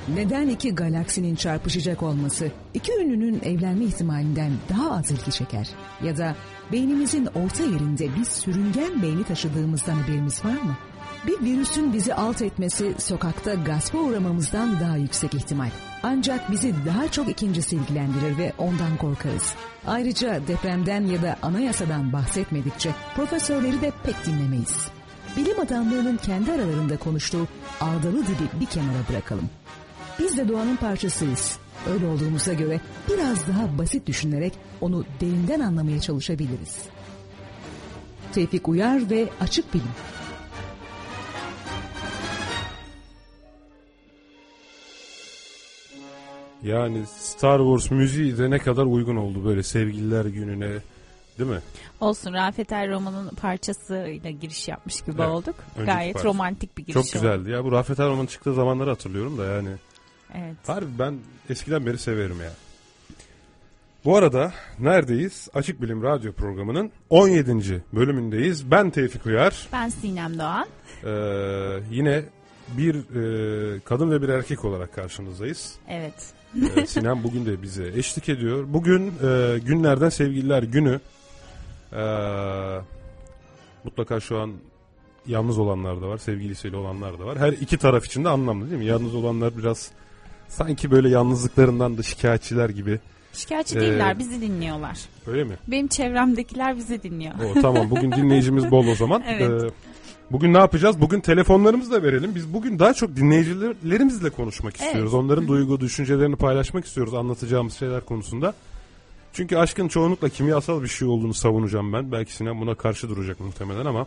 Neden iki galaksinin çarpışacak olması iki ünlünün evlenme ihtimalinden daha az ilgi çeker? Ya da beynimizin orta yerinde bir sürüngen beyni taşıdığımızdan haberimiz var mı? Bir virüsün bizi alt etmesi sokakta gaspa uğramamızdan daha yüksek ihtimal. Ancak bizi daha çok ikincisi ilgilendirir ve ondan korkarız. Ayrıca depremden ya da anayasadan bahsetmedikçe profesörleri de pek dinlemeyiz. Bilim adamlarının kendi aralarında konuştuğu ağdalı dili bir kenara bırakalım. Biz de doğanın parçasıyız. Öyle olduğumuza göre biraz daha basit düşünerek onu derinden anlamaya çalışabiliriz. Tevfik Uyar ve Açık Bilim. Yani Star Wars müziği de ne kadar uygun oldu böyle sevgililer gününe, değil mi? Olsun, Rafet Er romanın parçasıyla giriş yapmış gibi olduk. Gayet parça. Romantik bir giriş Çok güzeldi. Ya bu Rafet Er romanın çıktığı zamanları hatırlıyorum da yani. Evet. Harbi ben eskiden beri severim ya. Bu arada neredeyiz? Açık Bilim Radyo programının 17. bölümündeyiz. Ben Tevfik Uyar. Ben Sinem Doğan. Yine bir kadın ve bir erkek olarak karşınızdayız. Evet. Sinem bugün de bize eşlik ediyor. Bugün günlerden sevgililer günü. Mutlaka şu an yalnız olanlar da var, sevgilisiyle olanlar da var. Her iki taraf için de anlamlı değil mi? Yalnız olanlar biraz sanki böyle yalnızlıklarından da şikayetçiler gibi. Şikayetçi değiller, bizi dinliyorlar. Öyle mi? Benim çevremdekiler bizi dinliyor. Tamam, bugün dinleyicimiz bol o zaman. Evet. Bugün ne yapacağız? Bugün telefonlarımızı da verelim. Biz bugün daha çok dinleyicilerimizle konuşmak istiyoruz. Onların duygu, düşüncelerini paylaşmak istiyoruz anlatacağımız şeyler konusunda. Çünkü aşkın çoğunlukla kimyasal bir şey olduğunu savunacağım ben. Belki Sinem buna karşı duracak muhtemelen ama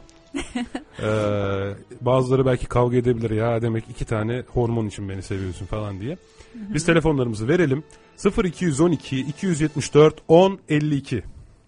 bazıları belki kavga edebilir. Ya demek iki tane hormon için beni seviyorsun falan diye. Biz telefonlarımızı verelim. 0212 274 1052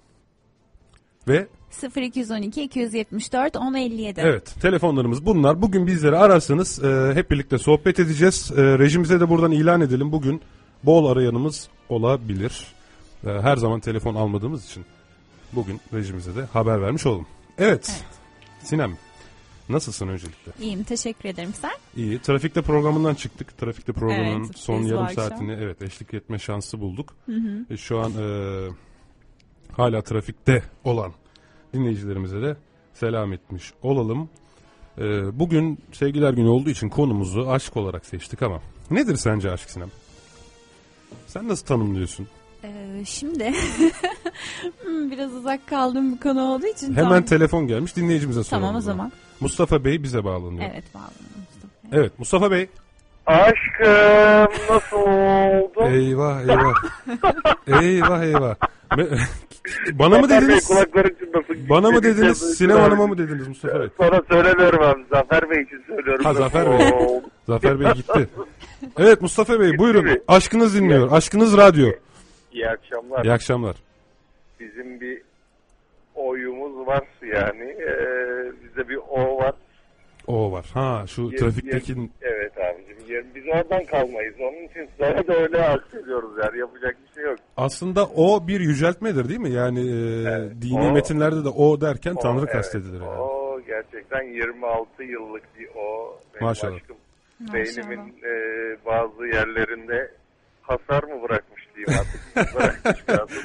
ve 0212 274 1057. Evet, telefonlarımız bunlar. Bugün bizleri ararsanız hep birlikte sohbet edeceğiz. Rejimize de buradan ilan edelim. Bugün bol arayanımız olabilir. Her zaman telefon almadığımız için bugün rejimize de haber vermiş olalım. Evet. Sinem, nasılsın öncelikle? İyiyim, teşekkür ederim. Sen? İyi. Trafikte programından çıktık. Trafikte programının son yarım akşam saatini eşlik etme şansı bulduk. Şu an hala trafikte olan dinleyicilerimize de selam etmiş olalım. Bugün sevgililer günü olduğu için konumuzu aşk olarak seçtik ama nedir sence aşk, Sinem? Sen nasıl tanımlıyorsun? Şimdi biraz uzak kaldığım bir konu olduğu için. Hemen telefon gelmiş, dinleyicimize soralım. Tamam o zaman. Mustafa Bey bize bağlanıyor. Evet, bağlanıyor Mustafa. Evet, Mustafa Bey. Aşkım nasıl oldu? Eyvah eyvah. eyvah. Bana mı dediniz? Bana mı dediniz? Sinem Hanım'a mı dediniz Mustafa Bey? Sana söylemiyorum abi. Zafer Bey için söylüyorum. Ha, Zafer Bey. Zafer Bey gitti. Evet Mustafa Bey, buyurun. Aşkınız dinliyor. Aşkınız radyo. İyi akşamlar. İyi akşamlar. Bizim bir oyumuz var yani. Bizde bir o var. O var. Ha, şu trafikteki... Evet abicim. Biz oradan kalmayız. Onun için sana da öyle aksediyoruz yani. Yapacak bir şey yok. Aslında o bir yüceltmedir değil mi? Yani dini metinlerde de o derken Tanrı kastedilir. Yani. O gerçekten 26 yıllık bir o. Benim maşallah. Aşkım. Beynimin bazı yerlerinde hasar mı bırakmış diyeyim artık. Bırakmış lazım.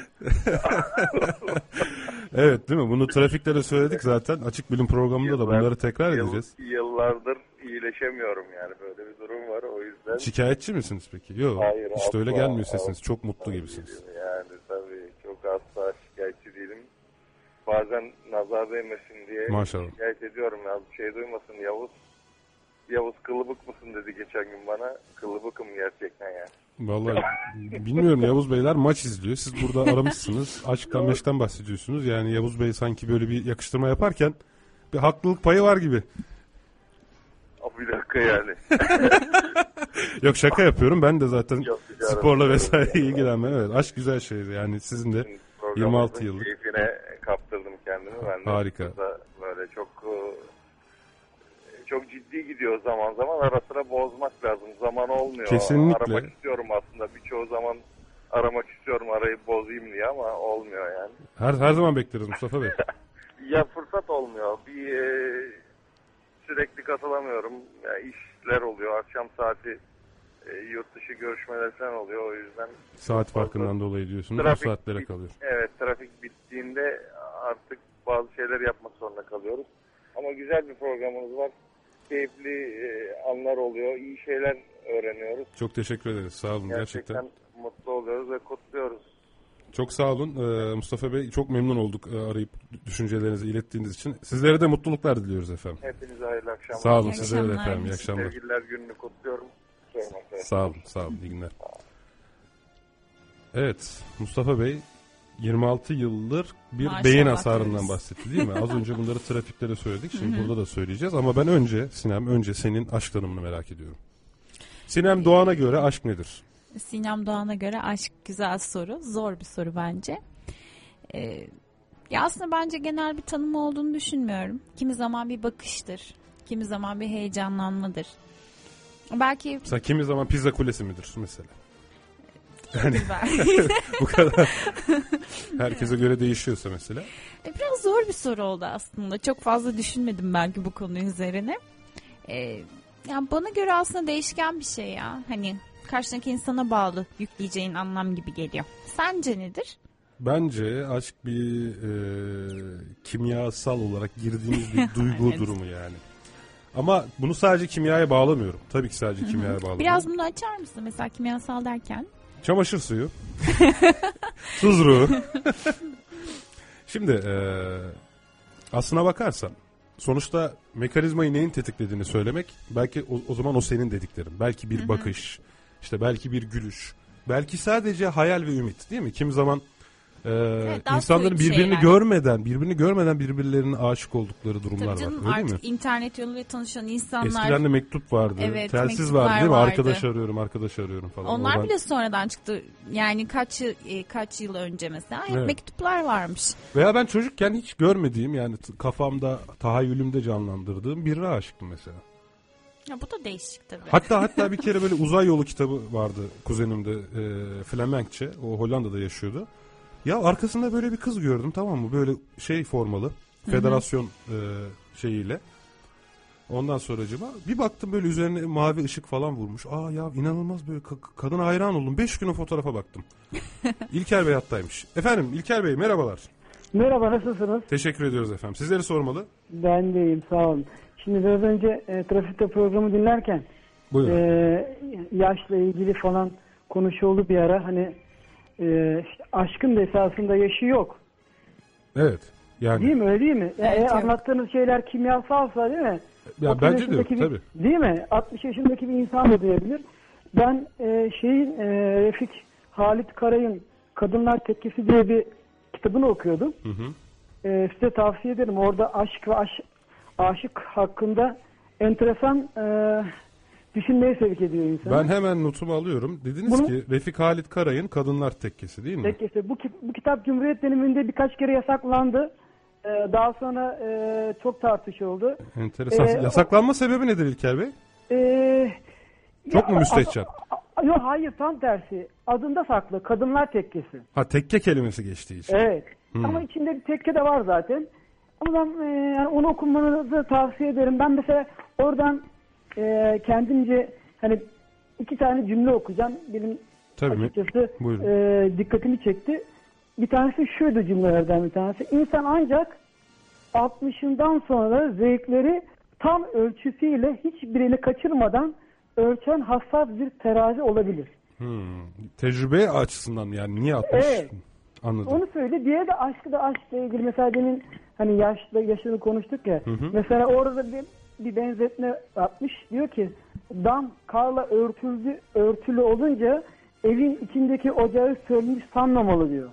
Evet değil mi? Bunu trafikte de söyledik zaten. Açık Bilim programında da bunları tekrar edeceğiz. Yıllardır iyileşemiyorum yani. Böyle bir durum var o yüzden. Şikayetçi misiniz peki? Yok. Hayır. İşte öyle gelmiyor sesiniz. Çok mutlu gibisiniz. Yani tabii çok asla şikayetçi değilim. Bazen nazar değmesin diye maşallah. Şikayet ediyorum ya. Bir şey duymasın Yavuz kılıbık mısın dedi geçen gün bana. Kılıbıkım gerçekten yani. Vallahi bilmiyorum, Yavuz Beyler maç izliyor. Siz burada aramışsınız. Aşktan meşkten bahsediyorsunuz. Yani Yavuz Bey sanki böyle bir yakıştırma yaparken bir haklılık payı var gibi. Bir dakika yani. Yok, şaka yapıyorum. Ben de zaten sporla vesaire ilgilenmem. Evet, aşk güzel şey. Yani sizin de 26 yıllık. Keyfine kaptırdım kendimi. Ben de harika. Böyle çok ciddi gidiyor zaman zaman. Ara sıra bozmak lazım. Zaman olmuyor. Kesinlikle. Aramak istiyorum aslında. Birçoğu zaman aramak istiyorum, arayıp bozayım diye ama olmuyor yani. Her zaman bekleriz Mustafa Bey. Ya fırsat olmuyor. Sürekli katılamıyorum. Ya işler oluyor. Akşam saati yurt dışı görüşmeler falan oluyor. O yüzden Saat farkından dolayı diyorsunuz. O saatlere kalıyor. Evet, trafik bittiğinde artık bazı şeyler yapmak zorunda kalıyoruz. Ama güzel bir programınız var. Keyifli anlar oluyor. İyi şeyler öğreniyoruz. Çok teşekkür ederiz. Sağ olun. Gerçekten mutlu oluyoruz ve kutluyoruz. Çok sağ olun Mustafa Bey. Çok memnun olduk arayıp düşüncelerinizi ilettiğiniz için. Sizlere de mutluluklar diliyoruz efendim. Hepinize hayırlı akşamlar. Sağ olun. İyi Sizlere de akşamlar. efendim. İyi akşamlar. Sevgililer gününü kutluyorum. Sağ olun. Sağ olun. İyi günler. Evet. Mustafa Bey 26 yıldır bir Maşallah beyin hasarından diyoruz. bahsetti değil mi? Az önce bunları trafikte de söyledik. Şimdi burada da söyleyeceğiz. Ama ben önce senin aşk tanımını merak ediyorum. Sinem Doğan'a göre aşk nedir? Sinem Doğan'a göre aşk güzel soru. Zor bir soru bence. Ya aslında bence genel bir tanımı olduğunu düşünmüyorum. Kimi zaman bir bakıştır. Kimi zaman bir heyecanlanmadır. Belki Mesela kimi zaman pizza kulesi midir mesela? Yani güzel. bu kadar herkese göre değişiyorsa mesela. Biraz zor bir soru oldu aslında. Çok fazla düşünmedim belki bu konu üzerine. Yani bana göre aslında değişken bir şey ya. Hani karşındaki insana bağlı yükleyeceğin anlam gibi geliyor. Sence nedir? Bence aşk bir kimyasal olarak girdiğimiz bir duygu Evet. durumu yani. Ama bunu sadece kimyaya bağlamıyorum. Tabii ki sadece kimyaya bağlamıyorum. Biraz bunu açar mısın? Mesela kimyasal derken? Çamaşır suyu. Tuzru. Şimdi aslına bakarsan sonuçta mekanizmayı neyin tetiklediğini söylemek belki o zaman o senin dediklerin. Belki bir bakış, işte belki bir gülüş, belki sadece hayal ve ümit değil mi? Kimi zaman daha insanların soyut birbirini şeyler. görmeden birbirlerine aşık oldukları durumlar Tabii canım, var. Öyle artık mi? internet yoluyla tanışan insanlar. Eskiden de mektup vardı. Evet, telsiz mektuplar vardı değil mi? vardı. Arkadaş arıyorum falan. Onlar Oradan- bile sonradan çıktı. Yani kaç yıl önce mesela hep Evet. mektuplar varmış. Veya ben çocukken hiç görmediğim yani kafamda, tahayyülümde canlandırdığım birine aşıktım mesela. Ya bu da değişik tabii. Hatta bir kere böyle uzay yolu kitabı vardı kuzenimde Flemenkçe. O Hollanda'da yaşıyordu. Ya arkasında böyle bir kız gördüm, tamam mı? Böyle şey formalı. Federasyon şeyiyle. Ondan sonracıma bir baktım böyle üzerine mavi ışık falan vurmuş. Aa ya inanılmaz böyle kadına hayran oldum. 5 gün o fotoğrafa baktım. İlker Bey hattaymış. Efendim İlker Bey merhabalar. Merhaba, nasılsınız? Teşekkür ediyoruz efendim. Sizleri sormalı. Ben de iyiyim, sağ olun. Şimdi biraz önce trafikte programı dinlerken Buyurun. yaşla ilgili falan konuşuldu bir ara. Hani işte aşkın da esasında yaşı yok. Evet. Yani. Değil mi, öyle değil mi? Evet, yok. Anlattığınız şeyler kimyasalsa değil mi? Ya 30 bence de yok yaşındaki tabii. Değil mi? 60 yaşındaki bir insan da diyebilir. Ben Refik Halit Karay'ın Kadınlar Tekkesi diye bir kitabını okuyordum. Hı hı. Size tavsiye ederim. Orada aşk ve aşık hakkında enteresan düşünmeye sevk ediyor insanı. Ben hemen notumu alıyorum. Dediniz Bunu- ki Refik Halit Karay'ın Kadınlar Tekkesi değil mi? Tekkesi. Bu kitap Cumhuriyet döneminde birkaç kere yasaklandı. Daha sonra çok tartışıldı. Enteresan. Ee, Yasaklanma sebebi nedir İlker Bey? Çok mu müstehcen? Yok, hayır, tam tersi. Adında saklı. Kadınlar Tekkesi. Ha tekke kelimesi geçtiği için. Evet. Hmm. Ama içinde bir tekke de var zaten. Ama ben yani onu okumanızı tavsiye ederim. Ben mesela oradan kendimce hani 2 tane cümle okuyacağım. Benim Tabii. açıkçası Buyurun. dikkatimi çekti. Bir tanesi şuydu, cümlelerden bir tanesi. İnsan ancak 60'ından sonra zevkleri tam ölçüsüyle hiçbirini kaçırmadan ölçen hassas bir terazi olabilir. Tecrübe açısından yani niye 60? Evet. Anladım. Onu söyle. Diğeri de aşkla ilgili. Mesela demin hani yaşını konuştuk ya. Mesela orada bir benzetme yapmış. Diyor ki dam karla örtülü olunca evin içindeki ocağı sönmüş sanmamalı diyor.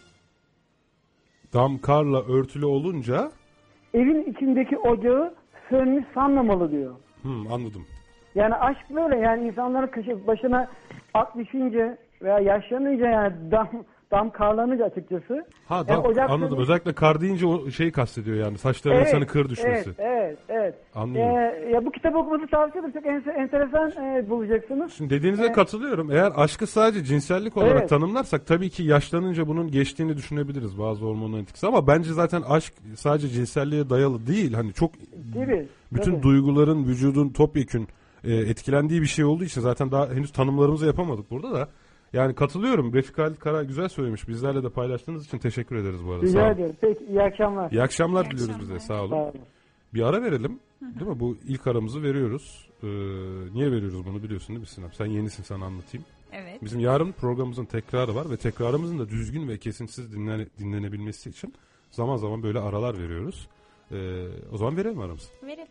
Dam karla örtülü olunca Evin içindeki ocağı sönmüş sanmamalı diyor. anladım. Yani aşk böyle, yani insanların başına at düşünce veya yaşlanınca, yani dam karlanınca açıkçası. Ha ocak anladım. sönmüş- Özellikle kar deyince o şeyi kastediyor yani. Saçların insanı kır düşmesi. Evet. Anladım. Ya bu kitabı okumanızı tavsiye ederim. Çok enteresan bulacaksınız. Şimdi dediğinize katılıyorum. Eğer aşkı sadece cinsellik olarak Evet. tanımlarsak tabii ki yaşlanınca bunun geçtiğini düşünebiliriz bazı hormonların etkisi. Ama bence zaten aşk sadece cinselliğe dayalı değil. Hani çok Gibi. bütün Tabii. duyguların, vücudun topyekün etkilendiği bir şey olduğu için zaten daha henüz tanımlarımızı yapamadık burada da. Yani katılıyorum. Refik Halit Kara güzel söylemiş. Bizlerle de paylaştığınız için teşekkür ederiz bu arada. Rica ederim. Peki iyi akşamlar. İyi akşamlar İyi diliyoruz akşamlar. bize. Sağ olun. Sağ olun. Bir ara verelim. Değil mi? Bu ilk aramızı veriyoruz. Niye veriyoruz bunu biliyorsun değil mi Sinem? Sen yenisin, sana anlatayım. Evet. Bizim yarın programımızın tekrarı var ve tekrarımızın da düzgün ve kesintisiz dinlenebilmesi için zaman zaman böyle aralar veriyoruz. O zaman verelim aramızı. Verin.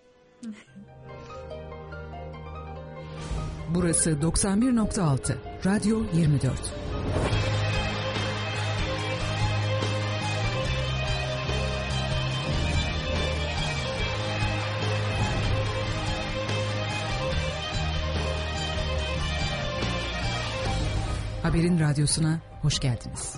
Burası 91.6 Radyo 24. Haberin radyosuna hoş geldiniz.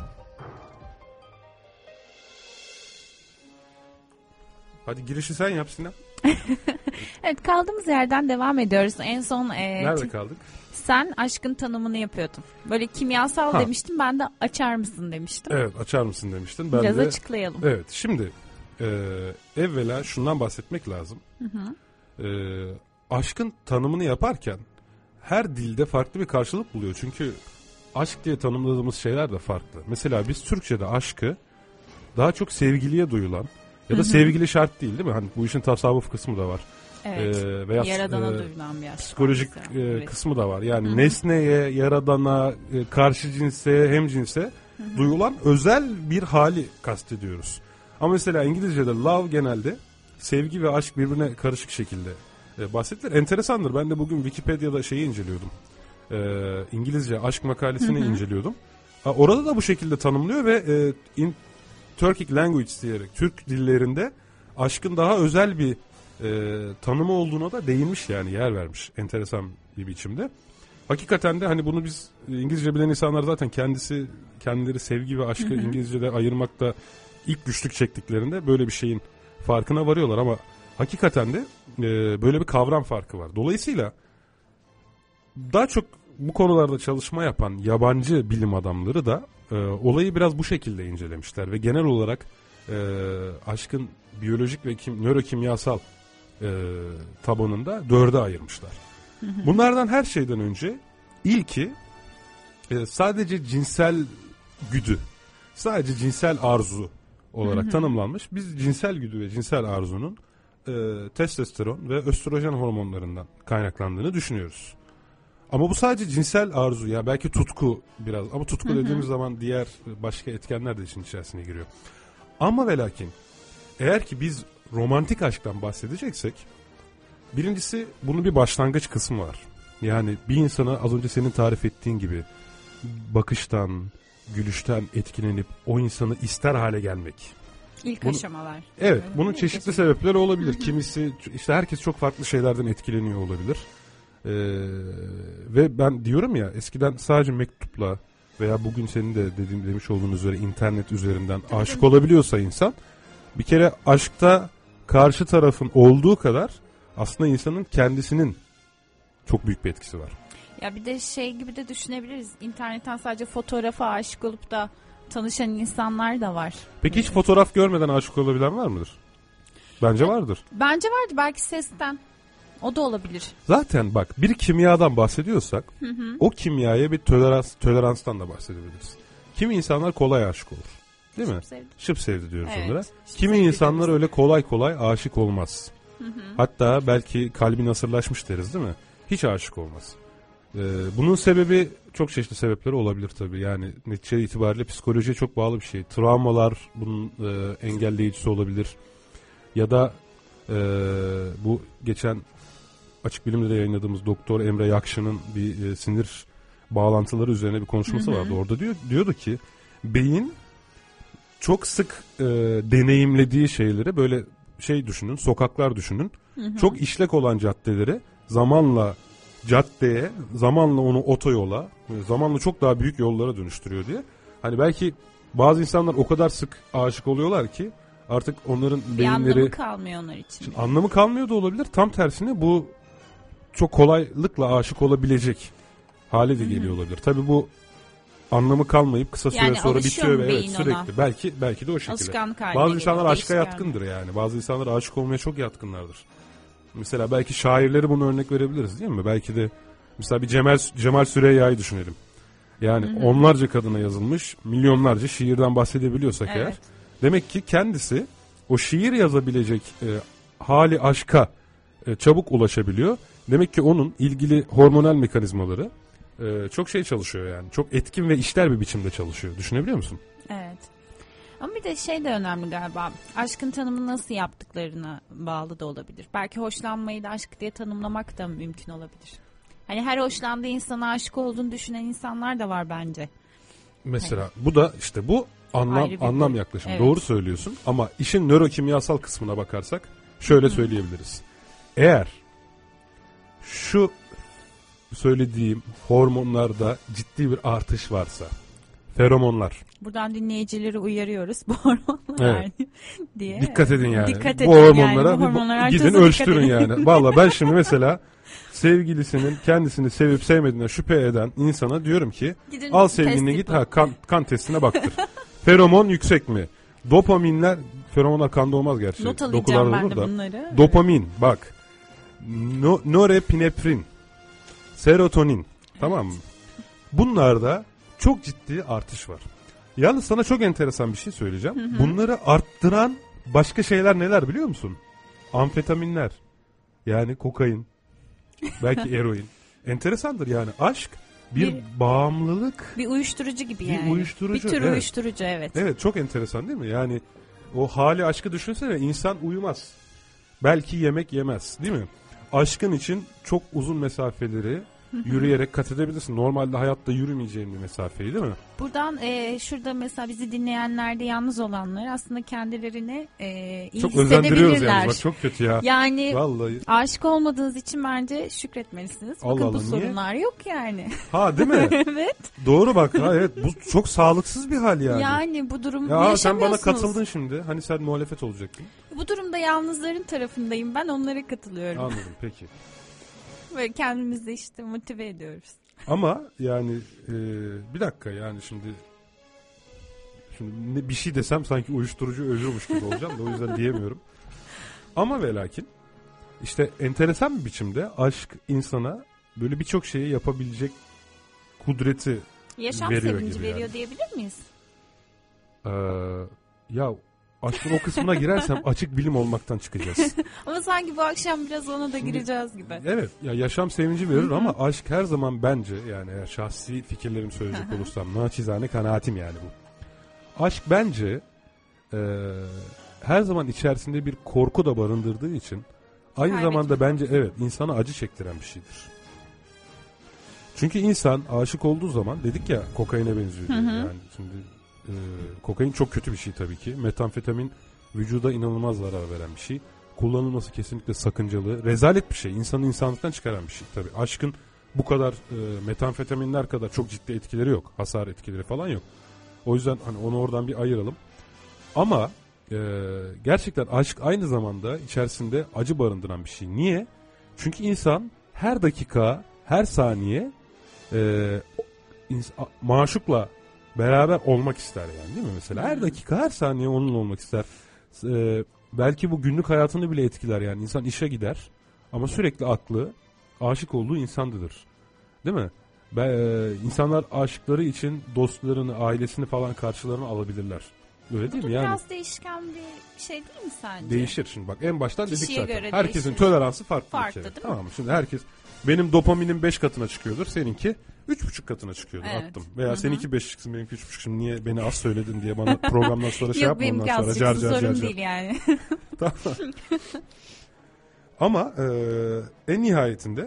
Hadi girişi sen yap Sinem. Evet, kaldığımız yerden devam ediyoruz. En son Nerede kaldık? sen aşkın tanımını yapıyordun. Böyle kimyasal demiştim, ben de açar mısın demiştim. Evet, açar mısın demiştin. Ben Biraz de açıklayalım. Evet, şimdi evvela şundan bahsetmek lazım. Aşkın tanımını yaparken her dilde farklı bir karşılık buluyor. Çünkü aşk diye tanımladığımız şeyler de farklı. Mesela biz Türkçe'de aşkı daha çok sevgiliye duyulan ya da sevgili şart değil mi? Hani bu işin tasavvuf kısmı da var. Evet. Veya Yaradana duyulan bir aşk. psikolojik Evet. kısmı da var. Yani nesneye, yaradana, karşı cinse, hem cinse duyulan özel bir hali kastediyoruz. Ama mesela İngilizce'de love genelde sevgi ve aşk birbirine karışık şekilde bahsedilir. Enteresandır. Ben de bugün Wikipedia'da şeyi inceliyordum. İngilizce aşk makalesini inceliyordum. Orada da bu şekilde tanımlıyor ve in Turkic language diyerek Türk dillerinde aşkın daha özel bir tanımı olduğuna da değinmiş, yani yer vermiş enteresan bir biçimde. Hakikaten de hani bunu biz İngilizce bilen insanlar zaten kendileri sevgi ve aşkı İngilizce'de ayırmakta ilk güçlük çektiklerinde böyle bir şeyin farkına varıyorlar ama hakikaten de böyle bir kavram farkı var. Dolayısıyla daha çok bu konularda çalışma yapan yabancı bilim adamları da olayı biraz bu şekilde incelemişler ve genel olarak aşkın biyolojik ve nörokimyasal tabanında 4'e ayırmışlar. Bunlardan her şeyden önce ilki sadece cinsel güdü, sadece cinsel arzu olarak tanımlanmış. Biz cinsel güdü ve cinsel arzunun testosteron ve östrojen hormonlarından kaynaklandığını düşünüyoruz. Ama bu sadece cinsel arzu, ya belki tutku biraz, ama tutku dediğimiz zaman diğer başka etkenler de işin içerisine giriyor. Ama ve lakin eğer ki biz romantik aşktan bahsedeceksek, birincisi bunun bir başlangıç kısmı var. Yani bir insana az önce senin tarif ettiğin gibi bakıştan, gülüşten etkilenip o insanı ister hale gelmek. İlk aşamalar. Evet, Öyle bunun mi? çeşitli sebepleri olabilir. Kimisi, işte herkes çok farklı şeylerden etkileniyor olabilir. Ve ben diyorum ya, eskiden sadece mektupla veya bugün senin de demiş olduğun üzere internet üzerinden aşık olabiliyorsa insan, bir kere aşkta karşı tarafın olduğu kadar aslında insanın kendisinin çok büyük bir etkisi var. Ya bir de şey gibi de düşünebiliriz. İnternetten sadece fotoğrafa aşık olup da tanışan insanlar da var. Peki hiç fotoğraf görmeden aşık olabilen var mıdır? Bence vardır. Bence vardı, belki sesten. O da olabilir. Zaten bak, bir kimyadan bahsediyorsak o kimyaya bir toleranstan da bahsedebiliriz. Kimi insanlar kolay aşık olur. Değil mi? Şıp sevdi diyoruz Evet, onlara. şıp Kimi sevdi insanlar diyoruz. öyle kolay kolay aşık olmaz. Hatta belki kalbi nasırlaşmış deriz değil mi? Hiç aşık olmaz. Bunun sebebi çok çeşitli sebepleri olabilir tabii. Yani netice itibariyle psikolojiye çok bağlı bir şey. Travmalar bunun engelleyicisi olabilir. Ya da bu geçen Açık Bilim'de de yayınladığımız Doktor Emre Yakşı'nın bir sinir bağlantıları üzerine bir konuşması vardı. Orada diyordu ki beyin çok sık deneyimlediği şeyleri, böyle şey düşünün, sokaklar düşünün. Çok işlek olan caddeleri zamanla caddeye, zamanla onu otoyola, zamanla çok daha büyük yollara dönüştürüyor diye. Hani belki bazı insanlar o kadar sık aşık oluyorlar ki artık onların Bir beyinleri... anlamı kalmıyor onlar için. Anlamı kalmıyor da olabilir. Tam tersine bu çok kolaylıkla aşık olabilecek hale de geliyor olabilir. Tabii bu anlamı kalmayıp kısa süre Yani sonra alışıyor bitiyor ve beyin sürekli. ona. Belki de o şekilde. Alışkanlık haline Bazı geliyor, insanlar aşka değişken. yatkındır yani. Bazı insanlar aşık olmaya çok yatkınlardır. Mesela belki şairleri bunu örnek verebiliriz değil mi? Belki de mesela bir Cemal Süreyya'yı düşünelim. Yani onlarca kadına yazılmış milyonlarca şiirden bahsedebiliyorsak eğer. Demek ki kendisi o şiir yazabilecek hali aşka çabuk ulaşabiliyor. Demek ki onun ilgili hormonal mekanizmaları çok şey çalışıyor yani. Çok etkin ve işler bir biçimde çalışıyor. Düşünebiliyor musun? Evet. Ama bir de şey de önemli galiba. Aşkın tanımını nasıl yaptıklarına bağlı da olabilir. Belki hoşlanmayı da aşk diye tanımlamak da mümkün olabilir. Hani her hoşlandığı insana aşık olduğunu düşünen insanlar da var bence. Mesela bu da işte bu anlam yaklaşımı. Evet. Doğru söylüyorsun ama işin nörokimyasal kısmına bakarsak şöyle söyleyebiliriz. Eğer şu söylediğim hormonlarda ciddi bir artış varsa, feromonlar. Buradan dinleyicileri uyarıyoruz bu hormonlar diye. Dikkat edin yani. Dikkat bu edin hormonlara yani. Bu hormonlar gidin ölçtürün yani. Vallahi ben şimdi mesela sevgilisinin kendisini sevip sevmediğine şüphe eden insana diyorum ki gidin al sevgilini git kan testine baktır. Feromon yüksek mi? Dopaminler, feromonlar kanda olmaz gerçi. Not alacağım ben de da. bunları. Dopamin bak. Norepinefrin, serotonin, tamam mı? Bunlarda çok ciddi artış var. Yalnız sana çok enteresan bir şey söyleyeceğim. Bunları arttıran başka şeyler neler biliyor musun? Amfetaminler. Yani kokain. Belki eroin. Enteresandır yani. Aşk bir bağımlılık. Bir uyuşturucu gibi bir yani. Uyuşturucu, bir tür evet. uyuşturucu evet. Evet, çok enteresan değil mi? Yani o hali aşkı düşünsene, insan uyumaz. Belki yemek yemez değil mi? Aşkın için çok uzun mesafeleri yürüyerek kat edebilirsin. Normalde hayatta yürümeyeceğin bir mesafeyi değil mi? Buradan şurada mesela bizi dinleyenlerde yalnız olanlar aslında kendilerini iyi çok özendiriyoruz hissedebilirler. yani. Bak çok kötü ya. Yani vallahi. Aşık olmadığınız için bence şükretmelisiniz. Allah Bakın Allah, bu niye? sorunlar yok yani. Ha değil mi? Evet. Doğru bak. Ha, evet, bu çok sağlıksız bir hal yani. Yani bu durum ya yaşamıyorsunuz. sen bana katıldın şimdi. Hani sen muhalefet olacaktın. Bu durumda yalnızların tarafındayım. Ben onlara katılıyorum. Anladım peki. Böyle kendimizi işte motive ediyoruz. Ama yani bir dakika yani şimdi bir şey desem sanki uyuşturucu övüyormuş gibi olacağım da o yüzden diyemiyorum. Ama ve lakin işte enteresan bir biçimde aşk insana böyle birçok şeyi yapabilecek kudreti Yaşam veriyor sevinci gibi veriyor yani. diyebilir miyiz? Ya aşkın o kısmına girersem açık bilim olmaktan çıkacağız. Ama sanki bu akşam biraz ona da gireceğiz gibi. Evet ya, yaşam sevinci verir ama aşk her zaman bence yani eğer şahsi fikirlerimi söyleyecek olursam naçizane kanaatim yani bu. Aşk bence her zaman içerisinde bir korku da barındırdığı için aynı zamanda bence evet insana acı çektiren bir şeydir. Çünkü insan aşık olduğu zaman dedik ya kokaine benziyor diye. Yani şimdi kokain çok kötü bir şey tabii ki. Metamfetamin vücuda inanılmaz zarar veren bir şey. Kullanılması kesinlikle sakıncalı. Rezalet bir şey. İnsanı insanlıktan çıkaran bir şey tabii. Aşkın bu kadar metamfetaminler kadar çok ciddi etkileri yok. Hasar etkileri falan yok. O yüzden hani onu oradan bir ayıralım. Ama gerçekten aşk aynı zamanda içerisinde acı barındıran bir şey. Niye? Çünkü insan her dakika, her saniye maşukla beraber olmak ister yani değil mi mesela? Her dakika, her saniye onunla olmak ister. Belki bu günlük hayatını bile etkiler yani. İnsan işe gider ama sürekli aklı aşık olduğu insandadır. Değil mi? İnsanlar aşıkları için dostlarını, ailesini falan karşılarına alabilirler. Öyle değil mi? Yani biraz değişken bir şey değil mi sence? Değişir şimdi bak. En baştan dedik Kişiye zaten. göre Herkesin değişir. toleransı farklı. Farklı değil mi? Tamam mı? Şimdi herkes benim dopaminin 5 katına çıkıyordur. Seninki 3,5 katına çıkıyordur. Evet. Attım. Veya seninki 5 çıksın benimki 3,5. Şimdi niye beni az söyledin diye bana programdan sonra şey Yok yapma ondan benimki sonra. az çıksın sorun değil yani. Tamam. Ama en nihayetinde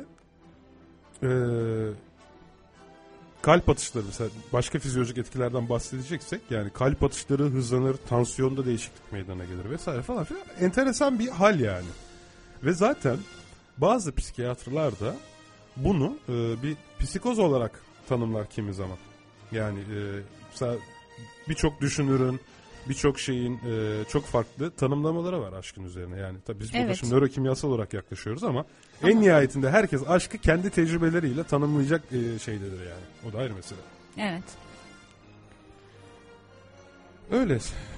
kalp atışları mesela başka fizyolojik etkilerden bahsedeceksek yani kalp atışları hızlanır, tansiyonda değişiklik meydana gelir vesaire falan filan. Enteresan bir hal yani. Ve zaten bazı psikiyatrlar da bunu bir psikoz olarak tanımlar kimi zaman. Yani mesela birçok düşünürün, birçok şeyin çok farklı tanımlamaları var aşkın üzerine. Yani tabii biz burada şimdi nörokimyasal olarak yaklaşıyoruz ama en nihayetinde herkes aşkı kendi tecrübeleriyle tanımlayacak şeydedir yani. O da ayrı mesele. Evet. Öyle.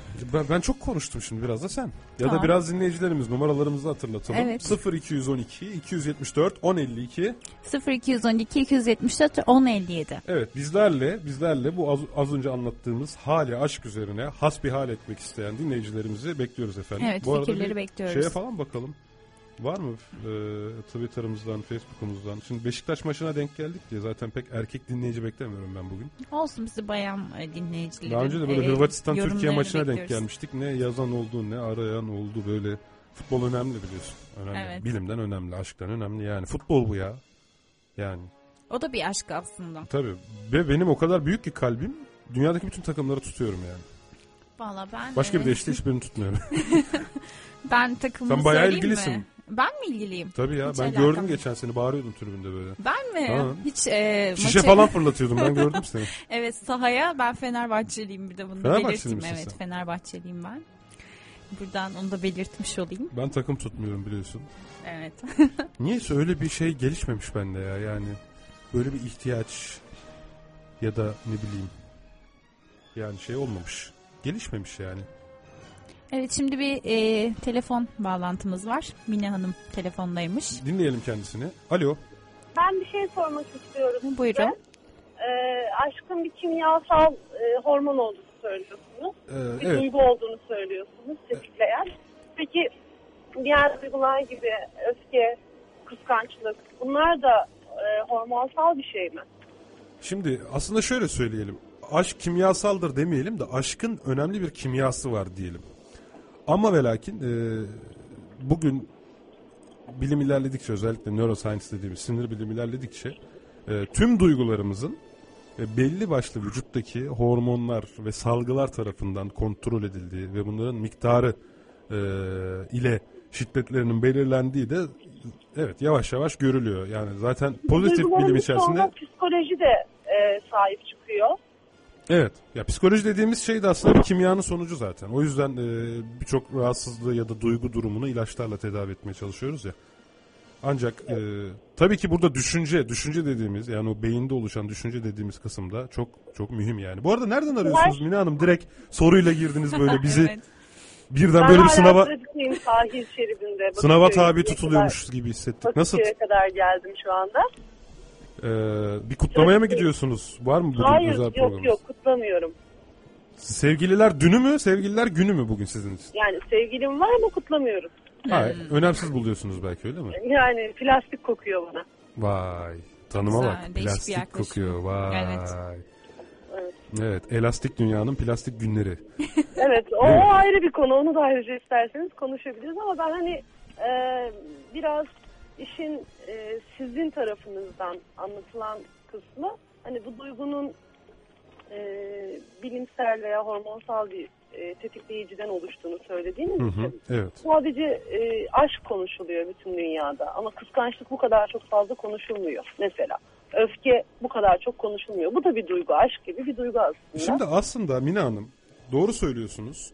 Ben çok konuştum şimdi, biraz da sen. Ya Tamam. da biraz dinleyicilerimiz numaralarımızı hatırlatalım. Evet. 0212 274 1052. 0212 274 1057. Evet, bizlerle bu az önce anlattığımız hali aşk üzerine hasbihal etmek isteyen dinleyicilerimizi bekliyoruz efendim. Evet, bu arada fikirleri bir bekliyoruz. şeye falan bakalım. Var mı Twitter'ımızdan, Facebook'umuzdan? Şimdi Beşiktaş maçına denk geldik diye zaten pek erkek dinleyici beklemiyorum ben bugün. Olsun, bizi bayan dinleyicilerin. Daha önce de böyle Hırvatistan-Türkiye yorumlarını maçına denk bekliyoruz. gelmiştik. Ne yazan oldu, ne arayan oldu böyle. Futbol önemli biliyorsun. Önemli. Evet. Bilimden önemli, aşktan önemli yani. Futbol bu ya. Yani. O da bir aşk aslında. Tabii. Ve benim o kadar büyük ki kalbim, dünyadaki bütün takımları tutuyorum yani. Valla ben... Başka bir de işte hiçbirini tutmuyorum. Ben takımını Sen bayağı söyleyeyim ilgilisin. mi? Ben mi ilgiliyim? Tabii ya, Hiç ben alakam gördüm yok. geçen seni, bağırıyordun tribünde böyle. Ben mi? Ha. Hiç Şişe maçı- falan fırlatıyordum, ben gördüm seni. Evet, sahaya ben Fenerbahçeliyim, bir de bunu Fenerbahçeli belirteyim. misin Evet, sen? Fenerbahçeliyim ben. Buradan onu da belirtmiş olayım. Ben takım tutmuyorum biliyorsun. Evet. Niyeyse öyle bir şey gelişmemiş bende ya, yani böyle bir ihtiyaç ya da ne bileyim, yani şey olmamış, gelişmemiş yani. Evet, şimdi bir telefon bağlantımız var. Mine Hanım telefondaymış. Dinleyelim kendisini. Alo. Ben bir şey sormak istiyorum. Buyurun. Aşkın bir kimyasal hormon olduğunu söylüyorsunuz. Bir Evet. duygu olduğunu söylüyorsunuz tetikleyen. Peki diğer duygular gibi öfke, kıskançlık, bunlar da hormonsal bir şey mi? Şimdi aslında şöyle söyleyelim. Aşk kimyasaldır demeyelim de aşkın önemli bir kimyası var diyelim. Ama ve lakin bugün bilim ilerledikçe, özellikle neuroscience dediğimiz sinir bilimi ilerledikçe tüm duygularımızın belli başlı vücuttaki hormonlar ve salgılar tarafından kontrol edildiği ve bunların miktarı ile şiddetlerinin belirlendiği de evet yavaş yavaş görülüyor. Yani zaten pozitif bilim içerisinde. Sonra psikoloji de sahip çıkıyor. Evet. Ya psikoloji dediğimiz şey de aslında bir kimyanın sonucu zaten. O yüzden birçok rahatsızlığı ya da duygu durumunu ilaçlarla tedavi etmeye çalışıyoruz ya. Ancak tabii ki burada düşünce dediğimiz, yani o beyinde oluşan düşünce dediğimiz kısımda çok çok mühim yani. Bu arada nereden arıyorsunuz Mine Hanım? Direkt soruyla girdiniz böyle bizi Evet. birden Ben böyle bir hala sınava trafikteyim sahil şeridinde. sınava Bakırköy'e tabi kadar- tutuluyormuş gibi hissettik. Nasıl? Bakırköy'e kadar geldim şu anda. Bir kutlamaya mı gidiyorsunuz? Var mı bugün Hayır, özel yok programınız? yok, kutlamıyorum. Sevgililer dünü mü? Sevgililer günü mü bugün sizin için? Yani sevgilim var ama kutlamıyorum. Hayır, önemsiz buluyorsunuz belki, öyle mi? Yani plastik kokuyor bana. Vay, tanıma Güzel, bak. değişik bir Plastik yaklaşım. kokuyor. Vay. Evet. Evet, elastik dünyanın plastik günleri. Evet, o Evet. ayrı bir konu. Onu da ayrıca isterseniz konuşabiliriz ama ben hani biraz işin sizin tarafınızdan anlatılan kısmı, hani bu duygunun bilimsel veya hormonsal bir tetikleyiciden oluştuğunu söylediğiniz Hı için hı, evet. sadece aşk konuşuluyor bütün dünyada ama kıskançlık bu kadar çok fazla konuşulmuyor mesela. Öfke bu kadar çok konuşulmuyor. Bu da bir duygu, aşk gibi bir duygu aslında. Şimdi aslında Mine Hanım, doğru söylüyorsunuz.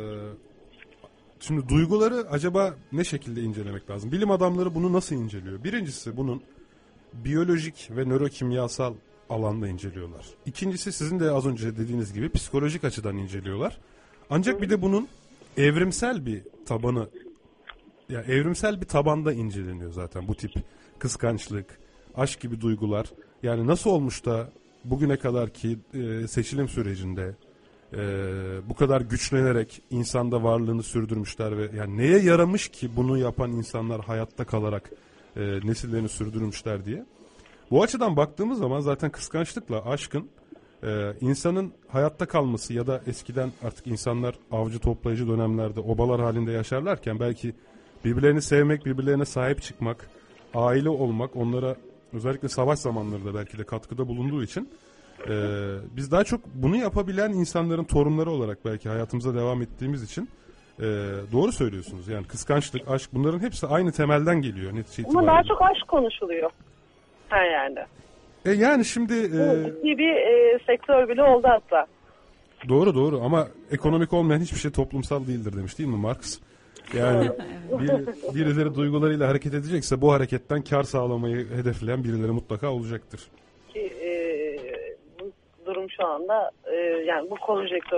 Şimdi duyguları acaba ne şekilde incelemek lazım? Bilim adamları bunu nasıl inceliyor? Birincisi bunun biyolojik ve nörokimyasal alanda inceliyorlar. İkincisi sizin de az önce dediğiniz gibi psikolojik açıdan inceliyorlar. Ancak bir de bunun evrimsel bir tabanı, ya evrimsel bir tabanda inceleniyor zaten bu tip kıskançlık, aşk gibi duygular. Yani nasıl olmuş da bugüne kadarki seçilim sürecinde bu kadar güçlenerek insanda varlığını sürdürmüşler ve yani neye yaramış ki bunu yapan insanlar hayatta kalarak nesillerini sürdürmüşler diye. Bu açıdan baktığımız zaman zaten kıskançlıkla aşkın insanın hayatta kalması ya da eskiden artık insanlar avcı toplayıcı dönemlerde obalar halinde yaşarlarken belki birbirlerini sevmek, birbirlerine sahip çıkmak, aile olmak onlara özellikle savaş zamanlarında belki de katkıda bulunduğu için biz daha çok bunu yapabilen insanların torunları olarak belki hayatımıza devam ettiğimiz için doğru söylüyorsunuz. Yani kıskançlık, aşk bunların hepsi aynı temelden geliyor netice Ama daha itibariyle. çok aşk konuşuluyor her yerde. Yani şimdi Ciddi bir sektör bile oldu hatta. doğru ama ekonomik olmayan hiçbir şey toplumsal değildir demiş değil mi Marx? Yani birileri duygularıyla hareket edecekse bu hareketten kar sağlamayı hedefleyen birileri mutlaka olacaktır. Ki bu durum şu anda yani bu konjektör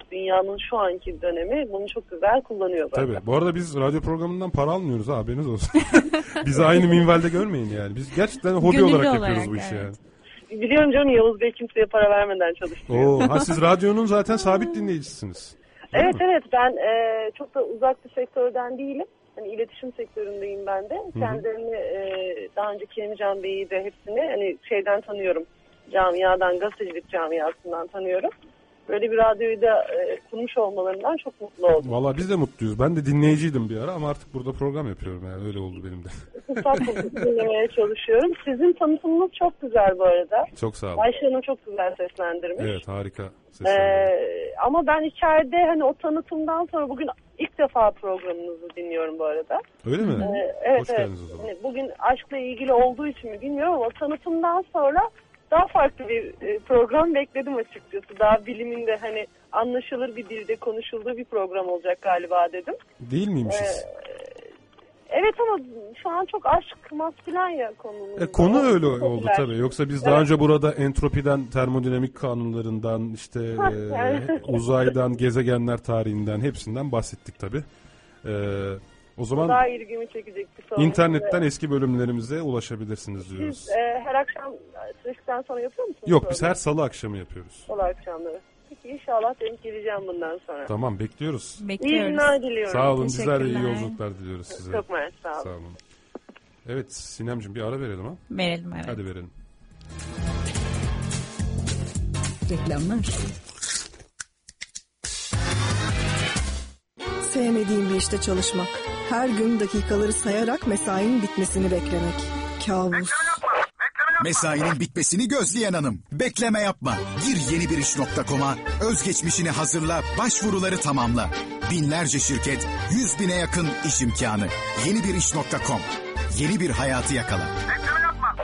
dünyanın şu anki dönemi bunu çok güzel kullanıyor. Tabii. Bu arada biz radyo programından para almıyoruz ha, haberiniz olsun. Bizi aynı minvalde görmeyin yani. Biz gerçekten hobi olarak yapıyoruz bu işi yani. Biliyorum canım, Yavuz Bey kimseye para vermeden çalıştırıyor. Siz radyonun zaten sabit dinleyicisiniz. Evet ben çok da uzak bir sektörden değilim. Hani iletişim sektöründeyim ben de. Kendilerini daha önce Kerimcan Bey'i de hepsini hani şeyden tanıyorum. Camiadan, gazetecilik camiasından tanıyorum. Böyle bir radyoyu da kurmuş olmalarından çok mutlu oldum. Valla biz de mutluyuz. Ben de dinleyiciydim bir ara ama artık burada program yapıyorum yani, öyle oldu benim de. Fırsat dinlemeye çalışıyorum. Sizin tanıtımınız çok güzel bu arada. Çok sağ olun. Ayşe Hanım çok güzel seslendirmiş. Evet, harika seslendirmiş. Ama ben içeride hani o tanıtımdan sonra bugün ilk defa programınızı dinliyorum bu arada. Öyle mi? Evet. Hoş geldiniz o zaman. Hani bugün aşkla ilgili olduğu için mi bilmiyorum ama o tanıtımdan sonra daha farklı bir program bekledim açıkçası. Daha biliminde hani anlaşılır bir dilde konuşulduğu bir program olacak galiba dedim. Değil miymişiz? Evet ama şu an çok aşk, maskülen ya konumuz. Konu öyle oldu tabii. Yoksa biz daha önce burada entropiden, termodinamik kanunlarından, işte uzaydan, gezegenler tarihinden, hepsinden bahsettik tabii. O zaman daha ilgimi çekecek bir soru. İnternetten eski bölümlerimize ulaşabilirsiniz diyoruz. Siz her akşam trafikten sonra yapıyor musunuz? Yok, biz her salı akşamı yapıyoruz. Salı akşamları. Peki inşallah denk geleceğim bundan sonra. Tamam, bekliyoruz. İyi günler diliyorum. Sağ olun, bizler de iyi yolculuklar diliyoruz size. Çok mersi, sağ olun. Sağ olun. Evet Sinemciğim, bir ara verelim ha. Verelim, evet. Hadi verelim. Reklamlar. Sevmediğim bir işte çalışmak. Her gün dakikaları sayarak mesainin bitmesini beklemek. Kabus. Mesainin bitmesini gözleyen hanım. Bekleme yapma. Gir yenibiriş.com'a, özgeçmişini hazırla, başvuruları tamamla. Binlerce şirket, 100 bine yakın iş imkanı. Yenibiriş.com. Yeni bir hayatı yakala. Bekleme yapma.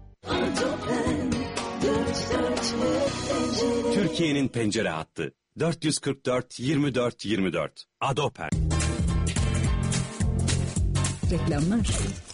Türkiye'nin pencere hattı. 444 24 24. Adoper. Reklamlar.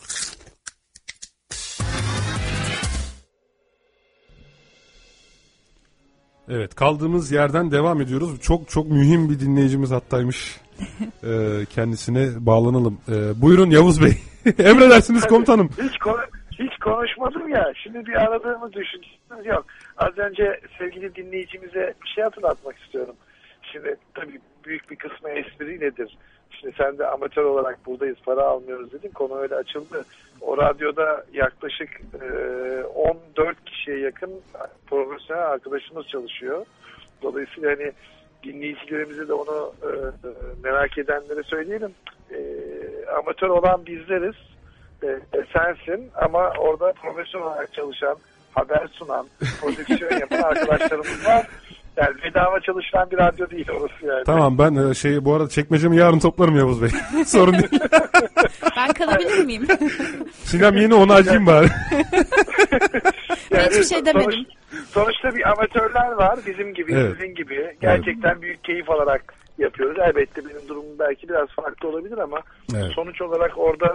Evet, kaldığımız yerden devam ediyoruz. Çok mühim bir dinleyicimiz hattaymış. Kendisine bağlanalım. Buyurun Yavuz Bey. Emredersiniz komutanım. Hiç konuşmadım ya. Şimdi bir aradığımı düşündünüz yok. Az önce sevgili dinleyicimize bir şey hatırlatmak istiyorum. Şimdi tabii büyük bir kısmı esprinledir. Şimdi sen de amatör olarak buradayız, para almıyoruz dedin. Konu öyle açıldı. O radyoda yaklaşık 14 kişiye yakın profesyonel arkadaşımız çalışıyor. Dolayısıyla hani dinleyicilerimize de onu merak edenlere söyleyelim. Amatör olan bizleriz. Sensin ama orada profesyonel olarak çalışan, haber sunan, prodüksiyon yapan arkadaşlarımız var. Yani bedava çalışan bir radyo değil orası yani. Tamam, ben bu arada çekmecemi yarın toplarım Yavuz Bey. Sorun değil. Ben kalabilir miyim? Sinem yeni, onu acıyım bari. Yani hiçbir şey demedim. Sonuçta bir amatörler var bizim gibi, evet. Sizin gibi. Gerçekten büyük keyif alarak yapıyoruz. Elbette benim durumum belki biraz farklı olabilir ama evet. Sonuç olarak orada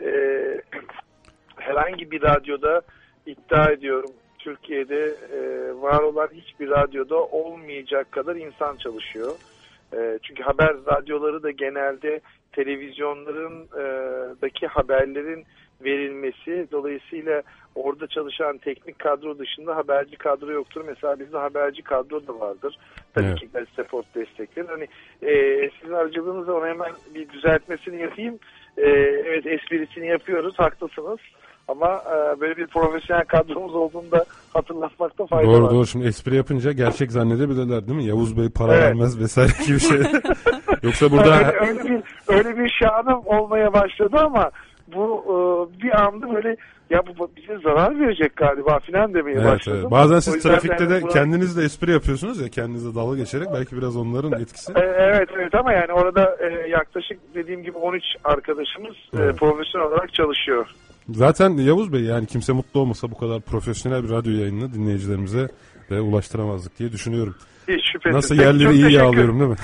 herhangi bir radyoda iddia ediyorum Türkiye'de var olan hiçbir radyoda olmayacak kadar insan çalışıyor. Çünkü haber radyoları da genelde televizyonlarındaki haberlerin verilmesi, dolayısıyla orada çalışan teknik kadro dışında haberci kadro yoktur. Mesela bizde haberci kadro da vardır. Tabii ki gazete port destekleri. Hani sizin aracılığınızla ona hemen bir düzeltmesini yapayım. Evet, esprisini yapıyoruz, haklısınız. Ama böyle bir profesyonel kadromuz olduğunu da hatırlatmakta fayda var. Doğru. Şimdi espri yapınca gerçek zannedebilirler değil mi? Yavuz Bey para vermez vesaire gibi şey. Yoksa burada... öyle bir şanım olmaya başladı ama bu bir anda böyle ya bu bize zarar verecek galiba filan demeye başladım. Evet. Bazen siz trafikte de kendiniz de espri yapıyorsunuz ya, kendinize dalga geçerek, belki biraz onların etkisi. Evet ama yani orada yaklaşık dediğim gibi 13 arkadaşımız profesyonel olarak çalışıyor. Zaten Yavuz Bey, yani kimse mutlu olmasa bu kadar profesyonel bir radyo yayınını dinleyicilerimize de ulaştıramazdık diye düşünüyorum. Hiç şüphesiz. Nasıl yerleri iyi yağlıyorum değil mi?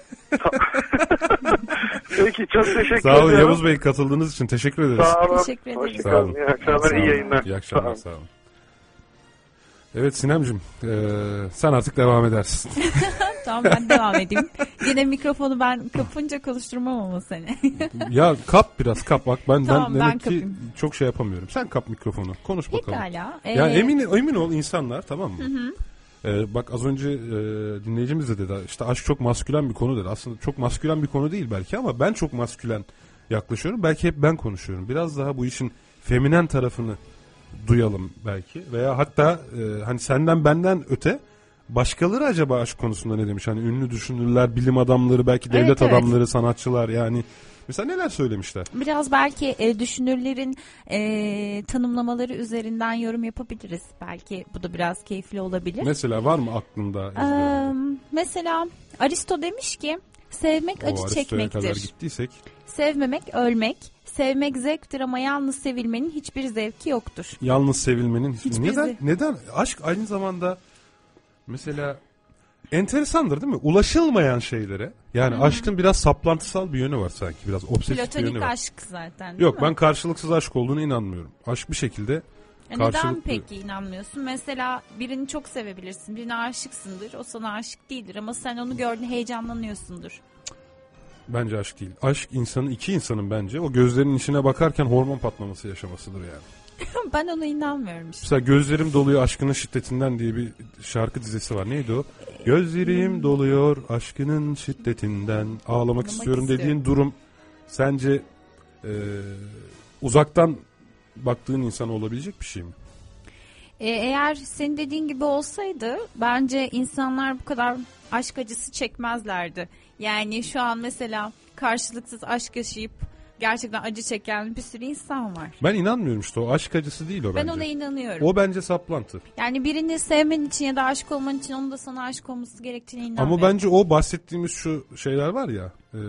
Peki, çok teşekkür ederim. Sağ olun Yavuz Bey, katıldığınız için teşekkür ederiz. Sağ olun. Teşekkür ederim. Sağ olun. İyi akşamlar, iyi yayınlar. İyi akşamlar, sağ olun. Evet Sinemciğim, sen artık devam edersin. Tamam ben devam edeyim. Yine mikrofonu ben kapınca konuşturmam ama seni. Ya kap biraz kap bak ben Tamam, ben demek ki kapayım. çok şey yapamıyorum. Sen kap mikrofonu konuş bakalım. Pekala. Ya emin ol insanlar tamam mı? Bak az önce dinleyicimiz de dedi işte aşk çok maskülen bir konu dedi. Aslında çok maskülen bir konu değil belki ama ben çok maskülen yaklaşıyorum. Belki hep ben konuşuyorum. Biraz daha bu işin feminen tarafını duyalım belki. Veya hatta hani senden benden öte başkaları acaba aşk konusunda ne demiş? Hani ünlü düşünürler, bilim adamları, belki devlet adamları, sanatçılar yani. Mesela neler söylemişler? Biraz belki düşünürlerin tanımlamaları üzerinden yorum yapabiliriz. Belki bu da biraz keyifli olabilir. Mesela var mı aklında? Mesela Aristo demiş ki sevmek acı çekmektir. Kadar gittiysek. Sevmemek ölmek. Sevmek zevktir ama yalnız sevilmenin hiçbir zevki yoktur. Yalnız sevilmenin hiçbir neden? Aşk aynı zamanda mesela enteresandır değil mi? Ulaşılmayan şeylere. Yani aşkın biraz saplantısal bir yönü var sanki. Biraz obsesif platonik bir yönü var. aşk zaten değil Yok mi? ben karşılıksız aşk olduğunu inanmıyorum. Aşk bir şekilde karşılıklı. Neden peki inanmıyorsun? Mesela birini çok sevebilirsin. Birine aşıksındır. O sana aşık değildir ama sen onu gördüğünde heyecanlanıyorsundur. Bence aşk değil. Aşk iki insanın bence o gözlerinin içine bakarken hormon patlaması yaşamasıdır yani. Ben ona inanmıyorum işte. Mesela gözlerim doluyor aşkının şiddetinden diye bir şarkı dizisi var. Neydi o? Gözlerim doluyor aşkının şiddetinden ağlamak istiyorum dediğin durum sence uzaktan baktığın insana olabilecek bir şey mi? Eğer senin dediğin gibi olsaydı bence insanlar bu kadar aşk acısı çekmezlerdi. Yani şu an mesela karşılıksız aşk yaşayıp gerçekten acı çeken bir sürü insan var. Ben inanmıyorum işte o aşk acısı değil o bence. Ben ona inanıyorum. O bence saplantı. Yani birini sevmen için ya da aşık olman için onun da sana aşık olması gerektiğine inanmıyorum. Ama bence o bahsettiğimiz şu şeyler var ya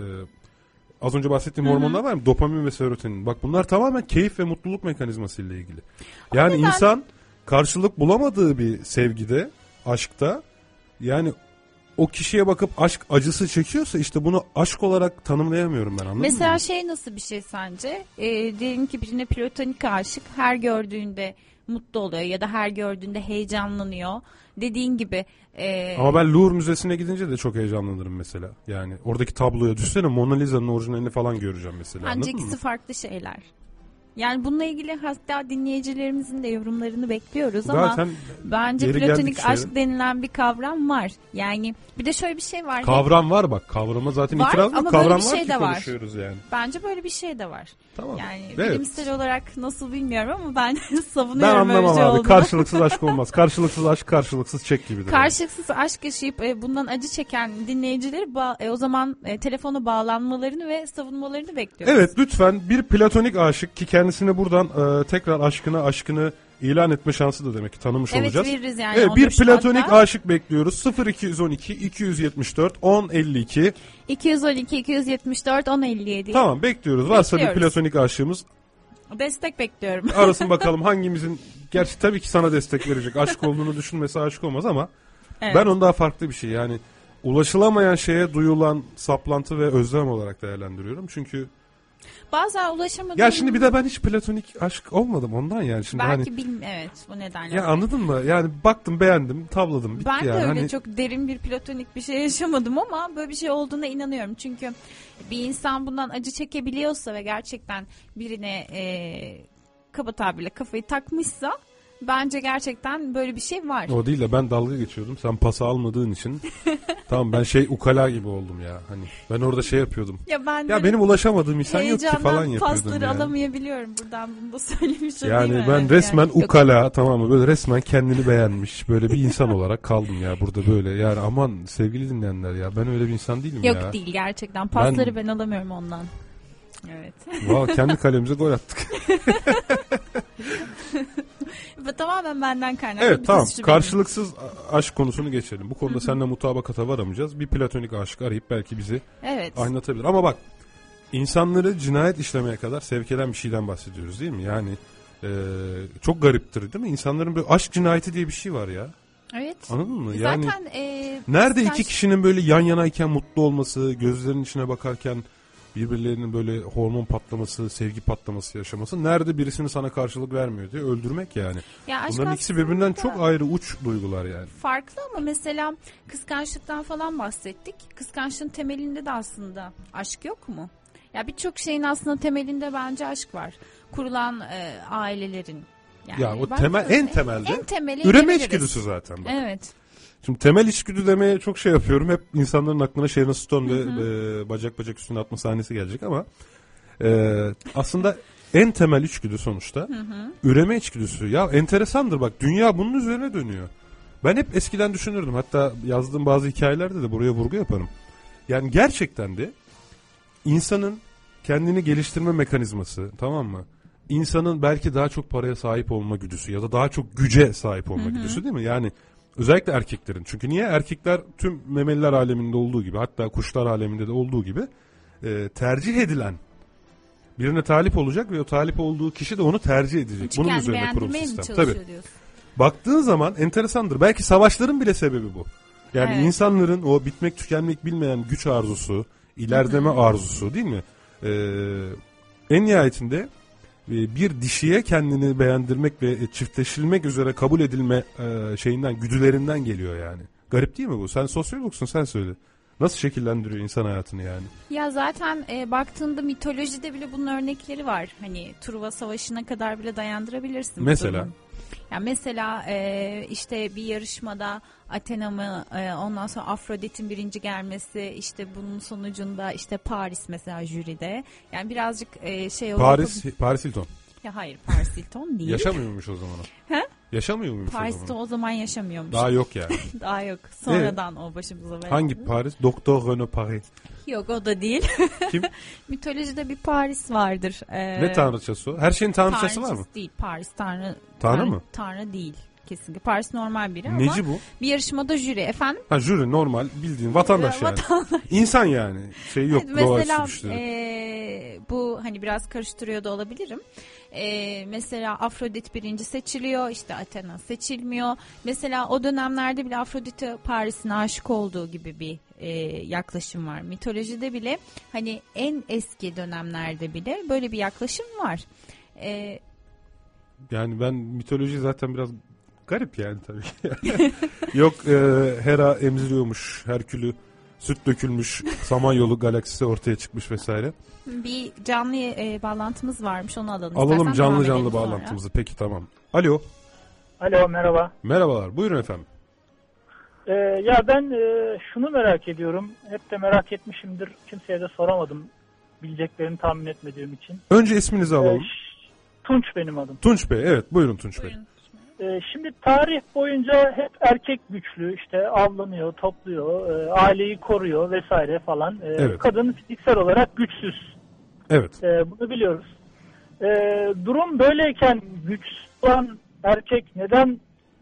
az önce bahsettiğim hormonlar var ya dopamin ve serotonin. Bak bunlar tamamen keyif ve mutluluk mekanizması ile ilgili. Yani insan karşılık bulamadığı bir sevgide, aşkta yani o kişiye bakıp aşk acısı çekiyorsa işte bunu aşk olarak tanımlayamıyorum ben anladın mı? Mesela şey nasıl bir şey sence? Diyelim ki birine platonik aşık her gördüğünde mutlu oluyor ya da her gördüğünde heyecanlanıyor. Dediğin gibi. Ama ben Louvre Müzesi'ne gidince de çok heyecanlanırım mesela. Yani oradaki tabloya düşsene Mona Lisa'nın orijinalini falan göreceğim mesela. Bence ikisi farklı şeyler. Yani bununla ilgili hatta dinleyicilerimizin de yorumlarını bekliyoruz zaten ama bence platonik aşk denilen bir kavram var. Yani bir de şöyle bir şey var. Kavram var bak. Kavrama zaten var, itiraz yok. Kavram var ki konuşuyoruz yani. Bence böyle bir şey de var. Tamam. Yani evet. bilimsel olarak nasıl bilmiyorum ama ben savunuyorum ben anlamam öyle şey abi. olduğunu. Karşılıksız aşk olmaz. Karşılıksız aşk karşılıksız çek gibidir. Karşılıksız aşk yaşayıp bundan acı çeken dinleyicileri o zaman telefona bağlanmalarını ve savunmalarını bekliyoruz. Evet lütfen bir platonik aşık ki kendisine buradan tekrar aşkını ilan etme şansı da demek ki tanımış olacağız. Evet veririz yani. Evet, bir platonik aşık bekliyoruz. 0212 274 1052 212 274 1057. Tamam bekliyoruz. Varsa bir platonik aşığımız. Destek bekliyorum. Arasın bakalım hangimizin gerçi tabii ki sana destek verecek. Aşk olduğunu düşünmese aşık olmaz ama ben onu daha farklı bir şey yani ulaşılamayan şeye duyulan saplantı ve özlem olarak değerlendiriyorum. Çünkü bazen ulaşamadığım... Ya şimdi bir de ben hiç platonik aşk olmadım ondan yani. Şimdi belki hani... evet bu nedenle. Ya anladın mı? Yani baktım beğendim tavladım bitti ben yani. Ben de öyle hani... çok derin bir platonik bir şey yaşamadım ama böyle bir şey olduğuna inanıyorum. Çünkü bir insan bundan acı çekebiliyorsa ve gerçekten birine kaba tabirle kafayı takmışsa bence gerçekten böyle bir şey var. O değil de ben dalga geçiyordum. Sen pası almadığın için. Tamam ben ukala gibi oldum ya. Hani ben orada şey yapıyordum. Ya benim ulaşamadığım insan yok ki falan yapıyordum. Pasları yani. alamayabiliyorum buradan bunu da söylemiş olayım. Yani ben evet resmen yani. ukala tamam mı? Böyle resmen kendini beğenmiş. Böyle bir insan olarak kaldım ya burada böyle. Yani aman sevgili dinleyenler ya ben öyle bir insan değilim yok, ya. Yok değil gerçekten. Pasları ben alamıyorum ondan. Evet. Vallahi kendi kalemize gol attık. Tamamen benden kaynaklı. Evet tamam karşılıksız aşk konusunu geçelim. Bu konuda seninle mutabakata varamayacağız. Bir platonik aşık arayıp belki bizi anlatabilir. Ama bak insanları cinayet işlemeye kadar sevk eden bir şeyden bahsediyoruz değil mi? Yani çok gariptir değil mi? İnsanların böyle aşk cinayeti diye bir şey var ya. Evet. Anladın mı? Yani zaten nerede iki kişinin böyle yan yanayken mutlu olması, gözlerinin içine bakarken birbirlerinin böyle hormon patlaması, sevgi patlaması yaşaması, nerede birisini sana karşılık vermiyor diye öldürmek yani. Ya bunların ikisi birbirinden çok ayrı uç duygular yani. Farklı ama mesela kıskançlıktan falan bahsettik. Kıskançlığın temelinde de aslında aşk yok mu? Ya birçok şeyin aslında temelinde bence aşk var. Kurulan ailelerin. Yani ya o en temelde üreme içgüdüsü zaten. Bak. Evet. Şimdi temel içgüdü demeye çok şey yapıyorum. Hep insanların aklına Sharon Stone ve bacak bacak üstüne atma sahnesi gelecek ama aslında en temel içgüdü sonuçta üreme içgüdüsü. Ya enteresandır bak, dünya bunun üzerine dönüyor. Ben hep eskiden düşünürdüm. Hatta yazdığım bazı hikayelerde de buraya vurgu yaparım. Yani gerçekten de insanın kendini geliştirme mekanizması, tamam mı? İnsanın belki daha çok paraya sahip olma güdüsü ya da daha çok güce sahip olma güdüsü değil mi? Yani özellikle erkeklerin. Çünkü niye? Erkekler tüm memeliler aleminde olduğu gibi, hatta kuşlar aleminde de olduğu gibi tercih edilen birine talip olacak ve o talip olduğu kişi de onu tercih edecek. Çünkü bunun yani üzerine kurulu sistem. Tabii. Diyorsun. Baktığın zaman enteresandır. Belki savaşların bile sebebi bu. Yani insanların o bitmek tükenmek bilmeyen güç arzusu, ilerleme arzusu değil mi? En nihayetinde bir dişiye kendini beğendirmek ve çiftleşilmek üzere kabul edilme şeyinden, güdülerinden geliyor yani. Garip değil mi bu? Sen sosyologsun, sen söyle. Nasıl şekillendiriyor insan hayatını yani? Ya zaten baktığında mitolojide bile bunun örnekleri var. Hani Truva Savaşı'na kadar bile dayandırabilirsin. Mesela? Ya mesela işte bir yarışmada Athena mı, ondan sonra Afrodit'in birinci gelmesi, işte bunun sonucunda işte Paris mesela jüride. Yani birazcık şey olarak... Paris Hilton. Ya hayır, Paris Hilton değil. Yaşamıyormuş o zaman o. He? Yaşamıyor muymuş Paris'te o zaman yaşamıyormuş. Daha yok yani. Daha yok. Sonradan o başımıza belki. Hangi Paris? Doktor Renaud Paris. Yok, o da değil. Kim? Mitolojide bir Paris vardır. Ne tanrıçası o? Her şeyin tanrıçası var mı? Değil. Paris tanrı. Tanrı mı? Tanrı değil. Kesinlikle. Paris normal biri ama. Neci bu? Bir yarışmada jüri efendim. Ha, jüri normal bildiğin vatandaş yani. İnsan yani. Şey yok. Evet, mesela bu hani biraz karıştırıyor da olabilirim. Mesela Afrodit birinci seçiliyor, işte Athena seçilmiyor. Mesela o dönemlerde bile Afrodit'e Paris'in aşık olduğu gibi bir yaklaşım var. Mitolojide bile hani en eski dönemlerde bile böyle bir yaklaşım var. Yani ben mitoloji zaten biraz garip yani tabii ki. Yok Hera emziriyormuş, Herkül'ü süt dökülmüş, Samanyolu galaksisi ortaya çıkmış vesaire. Bir canlı bağlantımız varmış, onu alalım. Alalım canlı bağlantımızı sonra. Peki tamam. Alo. Alo, merhaba. Merhabalar, buyurun efendim. Ya ben şunu merak ediyorum. Hep de merak etmişimdir. Kimseye de soramadım. Bileceklerini tahmin etmediğim için. Önce isminizi alalım. Tunç benim adım. Tunç Bey, evet buyurun Tunç Bey. Şimdi tarih boyunca hep erkek güçlü, işte avlanıyor, topluyor, aileyi koruyor vesaire falan. Evet. Kadın fiziksel olarak güçsüz. Evet. Bunu biliyoruz. Durum böyleyken güçlü olan erkek neden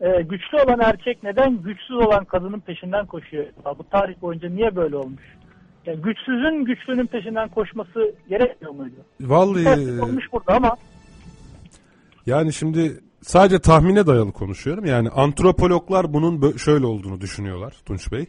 güçsüz olan kadının peşinden koşuyor? Bu tarih boyunca niye böyle olmuş? Yani güçsüzün güçlünün peşinden koşması gerekmiyor muydu? Vallahi olmuş burada ama. Yani şimdi sadece tahmine dayalı konuşuyorum. Yani antropologlar bunun şöyle olduğunu düşünüyorlar Tunç Bey.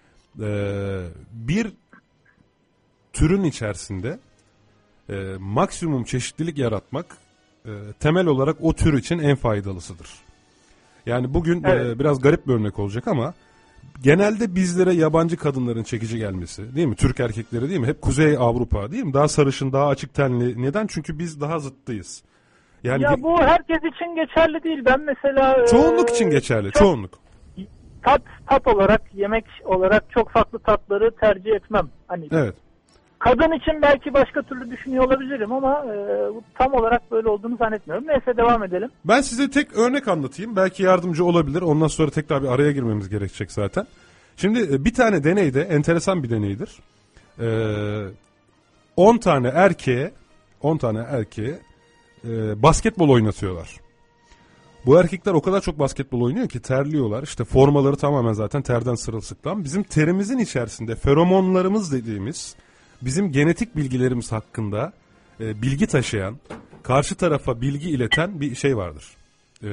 Bir türün içerisinde maksimum çeşitlilik yaratmak temel olarak o tür için en faydalısıdır. Yani bugün biraz garip bir örnek olacak ama genelde bizlere yabancı kadınların çekici gelmesi, değil mi? Türk erkekleri değil mi? Hep Kuzey Avrupa değil mi? Daha sarışın, daha açık tenli. Neden? Çünkü biz daha zıttıyız. Yani ya bu herkes için geçerli değil. Ben mesela çoğunluk için geçerli. Çoğunluk. Tat olarak, yemek olarak çok farklı tatları tercih etmem. Hani evet. Kadın için belki başka türlü düşünüyor olabilirim ama tam olarak böyle olduğunu zannetmiyorum. Neyse devam edelim. Ben size tek örnek anlatayım. Belki yardımcı olabilir. Ondan sonra tekrar bir araya girmemiz gerekecek zaten. Şimdi bir tane deneyde, enteresan bir deneydir. 10 tane erkeğe basketbol oynatıyorlar. Bu erkekler o kadar çok basketbol oynuyor ki terliyorlar. İşte formaları tamamen zaten terden sırılsıklam. Bizim terimizin içerisinde feromonlarımız dediğimiz, bizim genetik bilgilerimiz hakkında bilgi taşıyan, karşı tarafa bilgi ileten bir şey vardır.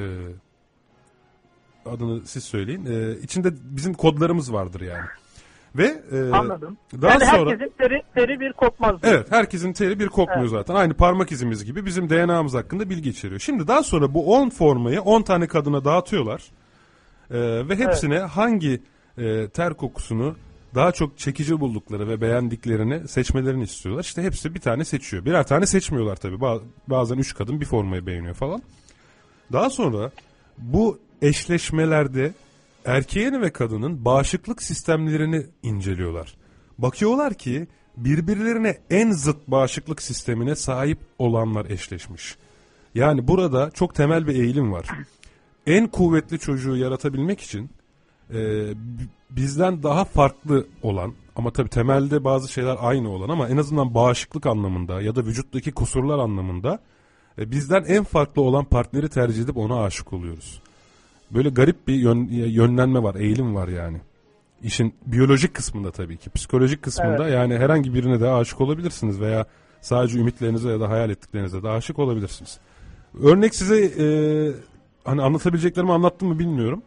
Adını siz söyleyin. İçinde bizim kodlarımız vardır yani. Ve Anladım. daha yani sonra herkesin teri bir kokmaz. Evet, herkesin teri bir kokmuyor zaten. Aynı parmak izimiz gibi bizim DNA'mız hakkında bilgi içeriyor. Şimdi daha sonra bu 10 formayı 10 tane kadına dağıtıyorlar. Ve hepsine hangi ter kokusunu daha çok çekici buldukları ve beğendiklerini seçmelerini istiyorlar. İşte hepsi bir tane seçiyor. Birer tane seçmiyorlar tabii. Bazen 3 kadın bir formayı beğeniyor falan. Daha sonra bu eşleşmelerde erkeğin ve kadının bağışıklık sistemlerini inceliyorlar. Bakıyorlar ki birbirlerine en zıt bağışıklık sistemine sahip olanlar eşleşmiş. Yani burada çok temel bir eğilim var. En kuvvetli çocuğu yaratabilmek için bizden daha farklı olan ama tabii temelde bazı şeyler aynı olan ama en azından bağışıklık anlamında ya da vücuttaki kusurlar anlamında bizden en farklı olan partneri tercih edip ona aşık oluyoruz. Böyle garip bir yönlenme var, eğilim var yani. İşin biyolojik kısmında tabii ki. Psikolojik kısmında yani herhangi birine de aşık olabilirsiniz veya sadece ümitlerinize ya da hayal ettiklerinize de aşık olabilirsiniz. Örnek size hani anlatabileceklerimi anlattım mı bilmiyorum.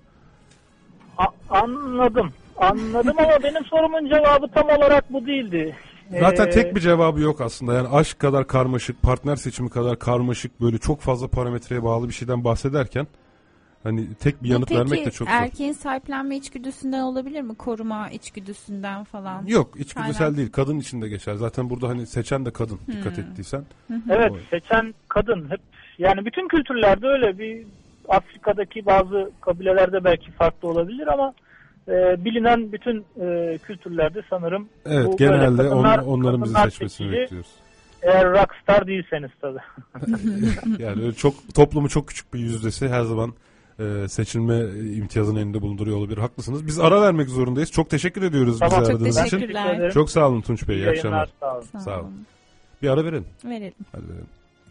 Anladım ama benim sorumun cevabı tam olarak bu değildi. Zaten tek bir cevabı yok aslında. Yani aşk kadar karmaşık, partner seçimi kadar karmaşık, böyle çok fazla parametreye bağlı bir şeyden bahsederken hani tek bir yanıt vermek de çok zor. Peki erkeğin sahiplenme içgüdüsünden olabilir mi? Koruma içgüdüsünden falan. Yok, içgüdüsel değil. Kadın için de geçer. Zaten burada hani seçen de kadın dikkat ettiysen. Evet, seçen kadın. Hep yani bütün kültürlerde öyle. Bir Afrika'daki bazı kabilelerde belki farklı olabilir ama bilinen bütün kültürlerde sanırım evet, genelde onların bizi seçmesini bekliyoruz. Eğer rockstar değilseniz tabii. Yani öyle çok toplumu çok küçük bir yüzdesi her zaman seçilme imtiyazını elinde bulunduruyor olabilir. Haklısınız. Biz ara vermek zorundayız. Çok teşekkür ediyoruz bizi aradığınız için. Teşekkürler. Çok sağ olun Tunç Bey. İyi akşamlar. Sağ olun. Bir ara verelim. Verelim. Hadi verelim.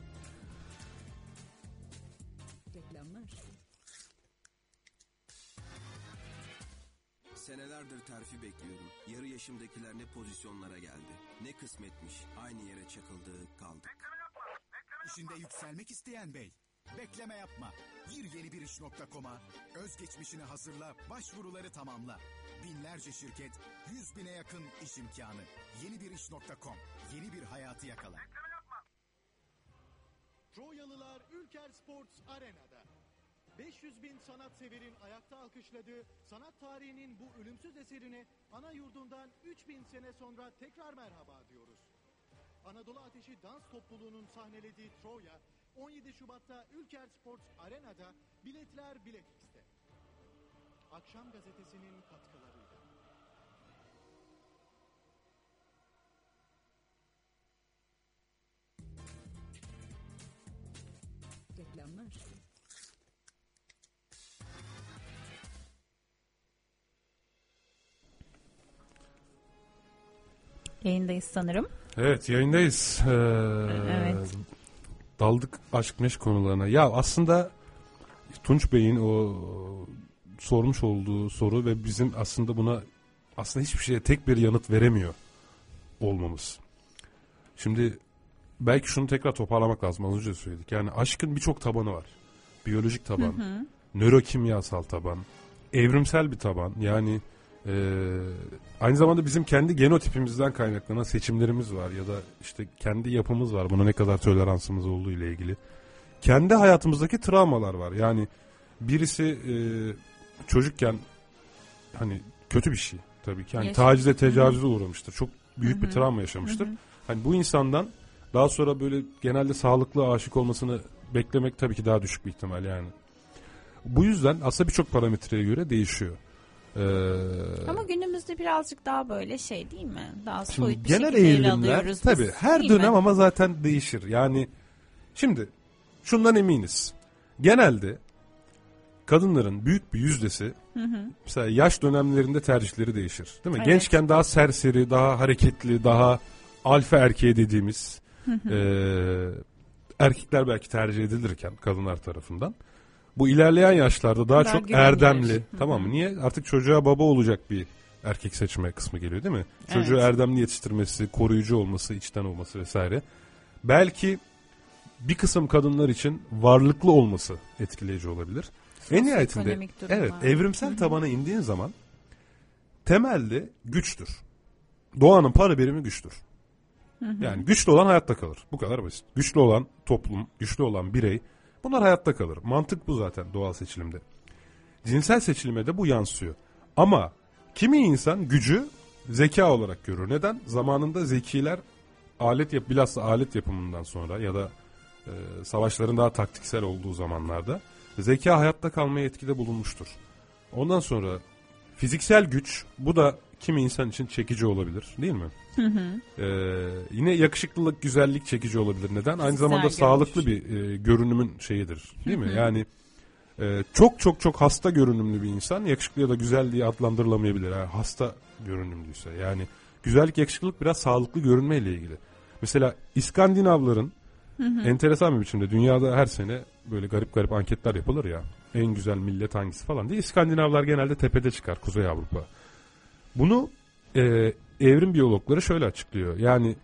Senelerdir terfi bekliyorum. Yarı yaşımdakiler ne pozisyonlara geldi. Ne kısmetmiş. Aynı yere çakıldı, kaldı. İşinde yükselmek isteyen bey. Bekleme yapma. Gir yenibiriş.com'a. Özgeçmişini hazırla, başvuruları tamamla. Binlerce şirket, 100.000'e yakın iş imkanı. Yenibiriş.com. Yeni bir hayatı yakala. Troyalılar Ülker Sports Arena'da. 500.000 sanatseverin ayakta alkışladığı sanat tarihinin bu ölümsüz eserine ana yurdundan 3.000 sene sonra tekrar merhaba diyoruz. Anadolu Ateşi Dans Topluluğu'nun sahnelediği Troya, 17 Şubat'ta Ülker Sports Arena'da, biletler Bilet X'te. Akşam Gazetesi'nin katkılarıyla. Reklamlar. Yayındayız sanırım. Evet, yayındayız. Evet. Daldık aşk meşk konularına. Ya aslında Tunç Bey'in o sormuş olduğu soru ve bizim aslında buna aslında hiçbir şeye tek bir yanıt veremiyor olmamız. Şimdi belki şunu tekrar toparlamak lazım. Az önce söyledik. Yani aşkın birçok tabanı var. Biyolojik taban, nörokimyasal taban, evrimsel bir taban. Yani aynı zamanda bizim kendi genotipimizden kaynaklanan seçimlerimiz var ya da işte kendi yapımız var. Buna ne kadar toleransımız olduğu ile ilgili. Kendi hayatımızdaki travmalar var. Yani birisi çocukken hani kötü bir şey tabii ki. Hani tacize, tecavüze uğramıştır. Çok büyük bir travma yaşamıştır. Hani bu insandan daha sonra böyle genelde sağlıklı aşık olmasını beklemek tabii ki daha düşük bir ihtimal yani. Bu yüzden aslında birçok parametreye göre değişiyor. Ama günümüzde birazcık daha böyle şey değil mi? Daha şimdi soyut bir genel şekilde ele eğilimler alıyoruz. tabii her dönem ama zaten değişir. Yani şimdi şundan eminiz. Genelde kadınların büyük bir yüzdesi mesela yaş dönemlerinde tercihleri değişir. Değil mi? Evet. Gençken daha serseri, daha hareketli, daha alfa erkeği dediğimiz erkekler belki tercih edilirken kadınlar tarafından. Bu ilerleyen yaşlarda daha çok erdemli. Tamam mı? Niye? Artık çocuğa baba olacak bir erkek seçme kısmı geliyor değil mi? Çocuğu erdemli yetiştirmesi, koruyucu olması, içten olması vesaire. Belki bir kısım kadınlar için varlıklı olması etkileyici olabilir. En nihayetinde evrimsel tabana indiğin zaman temelde güçtür. Doğanın para birimi güçtür. Yani güçlü olan hayatta kalır. Bu kadar basit. Güçlü olan toplum, güçlü olan birey, bunlar hayatta kalır. Mantık bu zaten doğal seçilimde. Cinsel seçilime de bu yansıyor. Ama kimi insan gücü zeka olarak görür. Neden? Zamanında zekiler bilhassa alet yapımından sonra ya da savaşların daha taktiksel olduğu zamanlarda zeka hayatta kalmaya etkide bulunmuştur. Ondan sonra fiziksel güç, bu da kimi insan için çekici olabilir, değil mi? Yine yakışıklılık, güzellik çekici olabilir. Neden? Aynı zamanda sağlıklı bir görünümün şeyidir, değil mi? Yani çok hasta görünümlü bir insan yakışıklı ya da güzel diye adlandırılamayabilir. Yani hasta görünümlüyse. Yani güzellik, yakışıklılık biraz sağlıklı görünmeyle ilgili. Mesela İskandinavların enteresan bir biçimde dünyada her sene böyle garip anketler yapılır ya. En güzel millet hangisi falan diye. İskandinavlar genelde tepede çıkar, Kuzey Avrupa. Bunu evrim biyologları şöyle açıklıyor. Yani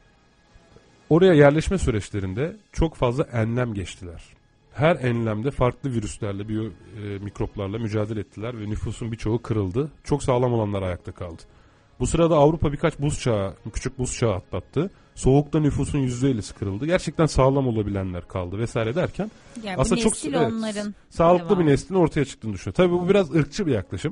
oraya yerleşme süreçlerinde çok fazla enlem geçtiler. Her enlemde farklı virüslerle, mikroplarla mücadele ettiler ve nüfusun birçoğu kırıldı. Çok sağlam olanlar ayakta kaldı. Bu sırada Avrupa birkaç küçük buz çağı atlattı. Soğukta nüfusun %50'si kırıldı. Gerçekten sağlam olabilenler kaldı vesaire derken yani aslında çok sağlıklı bir neslin ortaya çıktığını düşünüyor. Tabii bu biraz ırkçı bir yaklaşım.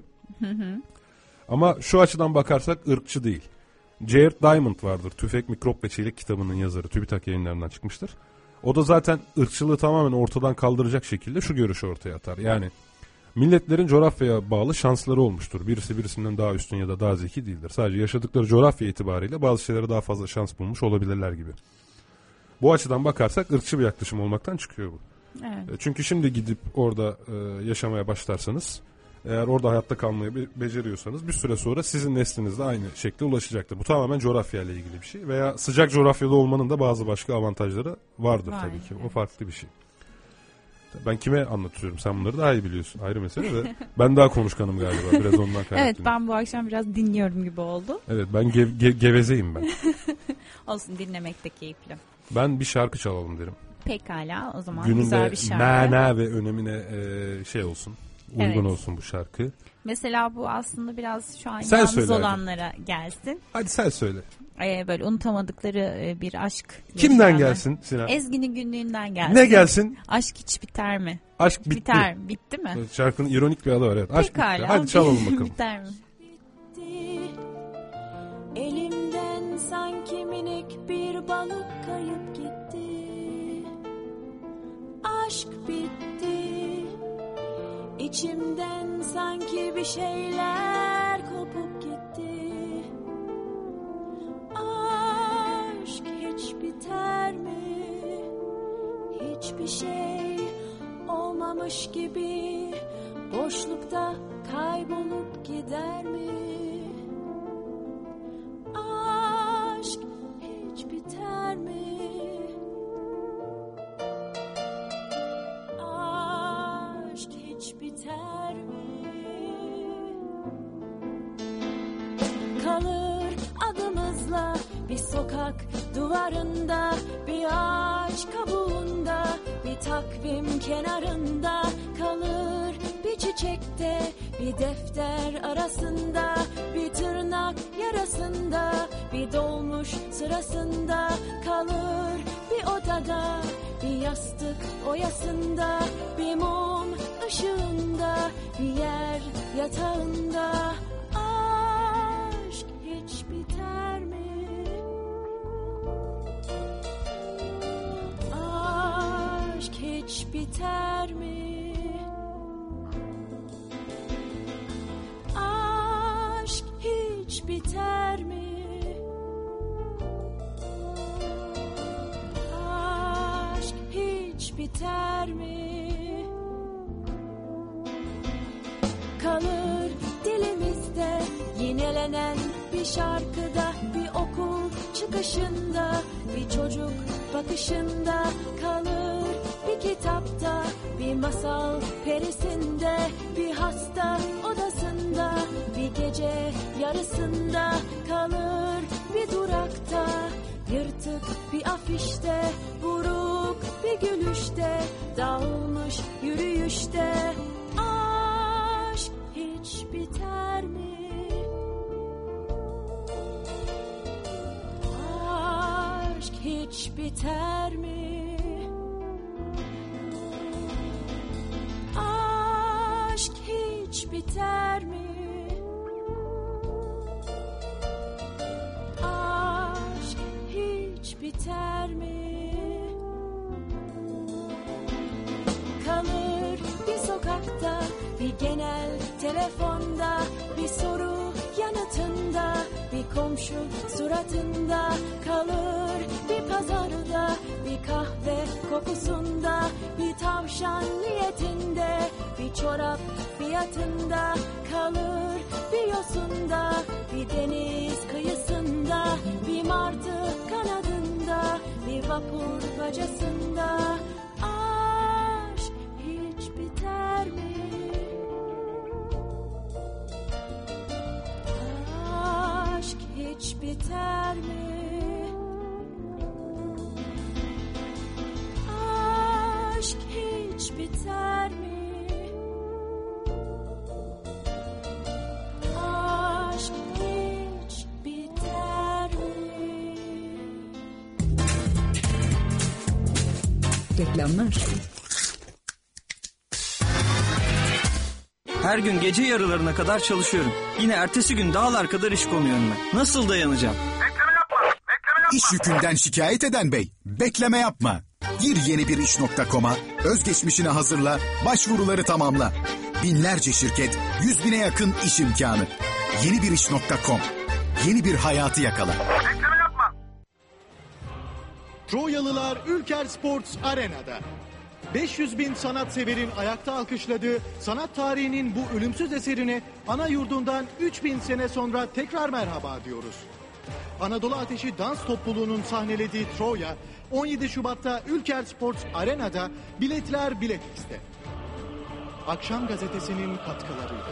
Ama şu açıdan bakarsak ırkçı değil. Jared Diamond vardır. Tüfek, Mikrop ve Çelik kitabının yazarı. TÜBİTAK Yayınları'ndan çıkmıştır. O da zaten ırkçılığı tamamen ortadan kaldıracak şekilde şu görüşü ortaya atar. Yani milletlerin coğrafyaya bağlı şansları olmuştur. Birisi birisinden daha üstün ya da daha zeki değildir. Sadece yaşadıkları coğrafya itibariyle bazı şeylere daha fazla şans bulmuş olabilirler gibi. Bu açıdan bakarsak ırkçı bir yaklaşım olmaktan çıkıyor bu. Evet. Çünkü şimdi gidip orada yaşamaya başlarsanız, eğer orada hayatta kalmayı beceriyorsanız bir süre sonra sizin nesliniz de aynı şekle ulaşacaktır. Bu tamamen coğrafyayla ilgili bir şey. Veya sıcak coğrafyada olmanın da bazı başka avantajları vardır tabii ki. O farklı bir şey. Ben kime anlatıyorum? Sen bunları daha iyi biliyorsun. Ayrı mesele de. Ben daha konuşkanım galiba. Biraz ondan kaynaklı. Evet, ben bu akşam biraz dinliyorum gibi oldu. Evet, ben gevezeyim ben. Olsun, dinlemek de keyifli. Ben bir şarkı çalalım derim. Pekala, o zaman gününde güzel bir şarkı. Mana ve önemine şey olsun. Uygun olsun bu şarkı. Mesela bu aslında biraz şu an sen yalnız olanlara gelsin. Hadi sen söyle. Böyle unutamadıkları bir aşk. Kimden gelsin Sinan? Ezgi'nin günlüğünden gelsin. Ne gelsin? Aşk hiç biter mi? Aşk bitti. Biter. Bitti mi? Şarkının ironik bir adı var. Evet. Aşk Pekala, bitti. Hadi çalalım bakalım. Biter mi? Elimden sanki minik bir balık kayıp gitti. Aşk bitti. İçimden sanki bir şeyler kopup gitti. Aşk hiç biter mi? Hiçbir şey olmamış gibi boşlukta kaybolup gider mi? Aşk hiç biter mi? Aşk hiç biter mi? Kalır adımızla bir sokak duvarında, bir ağaç kabuğunda, bir takvim kenarında. Kalır bir çiçekte, bir defter arasında, bir tırnak yarasında, bir dolmuş sırasında. Kalır bir odada, bir yastık oyasında, bir mum ışığında, bir yer yatağında. Aşk hiç biter mi? Aşk hiç biter mi? Aşk hiç biter mi? Aşk hiç biter mi? Kalır dilimizde yinelenen bir şarkıda, bir okul çıkışında, bir çocuk bakışında. Kalır bir kitapta, bir masal perisinde, bir hasta odasında, bir gece yarısında. Kalır bir durakta, yırtık bir afişte, buruk bir gülüşte, dağılmış yürüyüşte. Aşk hiç biter mi? hiç biter mi? Aşk hiç biter mi? Aşk hiç biter mi? Kalır bir sokakta, bir genel telefonda, bir soru yanıtında, bir komşu suratında. Kalır bir pazarda, bir kahve kokusunda, bir tavşan niyetinde, bir çorap fiyatında. Kalır bir yosunda, bir deniz kıyısında, bir martı kanadında, bir vapur bacasında. Aşk hiç biter mi? Aşk hiç biter mi? Aşk hiç biter mi? Aşk hiç biter mi? Reklamlar. Her gün gece yarılarına kadar çalışıyorum. Yine ertesi gün dağlar kadar iş konuyor önüme. Nasıl dayanacağım? İş yükünden şikayet eden bey, bekleme yapma. Gir yenibiriş.com'a, özgeçmişini hazırla, başvuruları tamamla. Binlerce şirket, 100.000'e yakın iş imkanı. Yenibiriş.com, yeni bir hayatı yakala. Troyalılar Ülker Sports Arena'da. 500.000 sanatseverin ayakta alkışladığı sanat tarihinin bu ölümsüz eserine ana yurdundan 3000 sene sonra tekrar merhaba diyoruz. Anadolu Ateşi dans topluluğunun sahnelediği Troya, 17 Şubat'ta Ülker Sports Arena'da, biletler Bilet X'te. Akşam Gazetesi'nin katkılarıyla.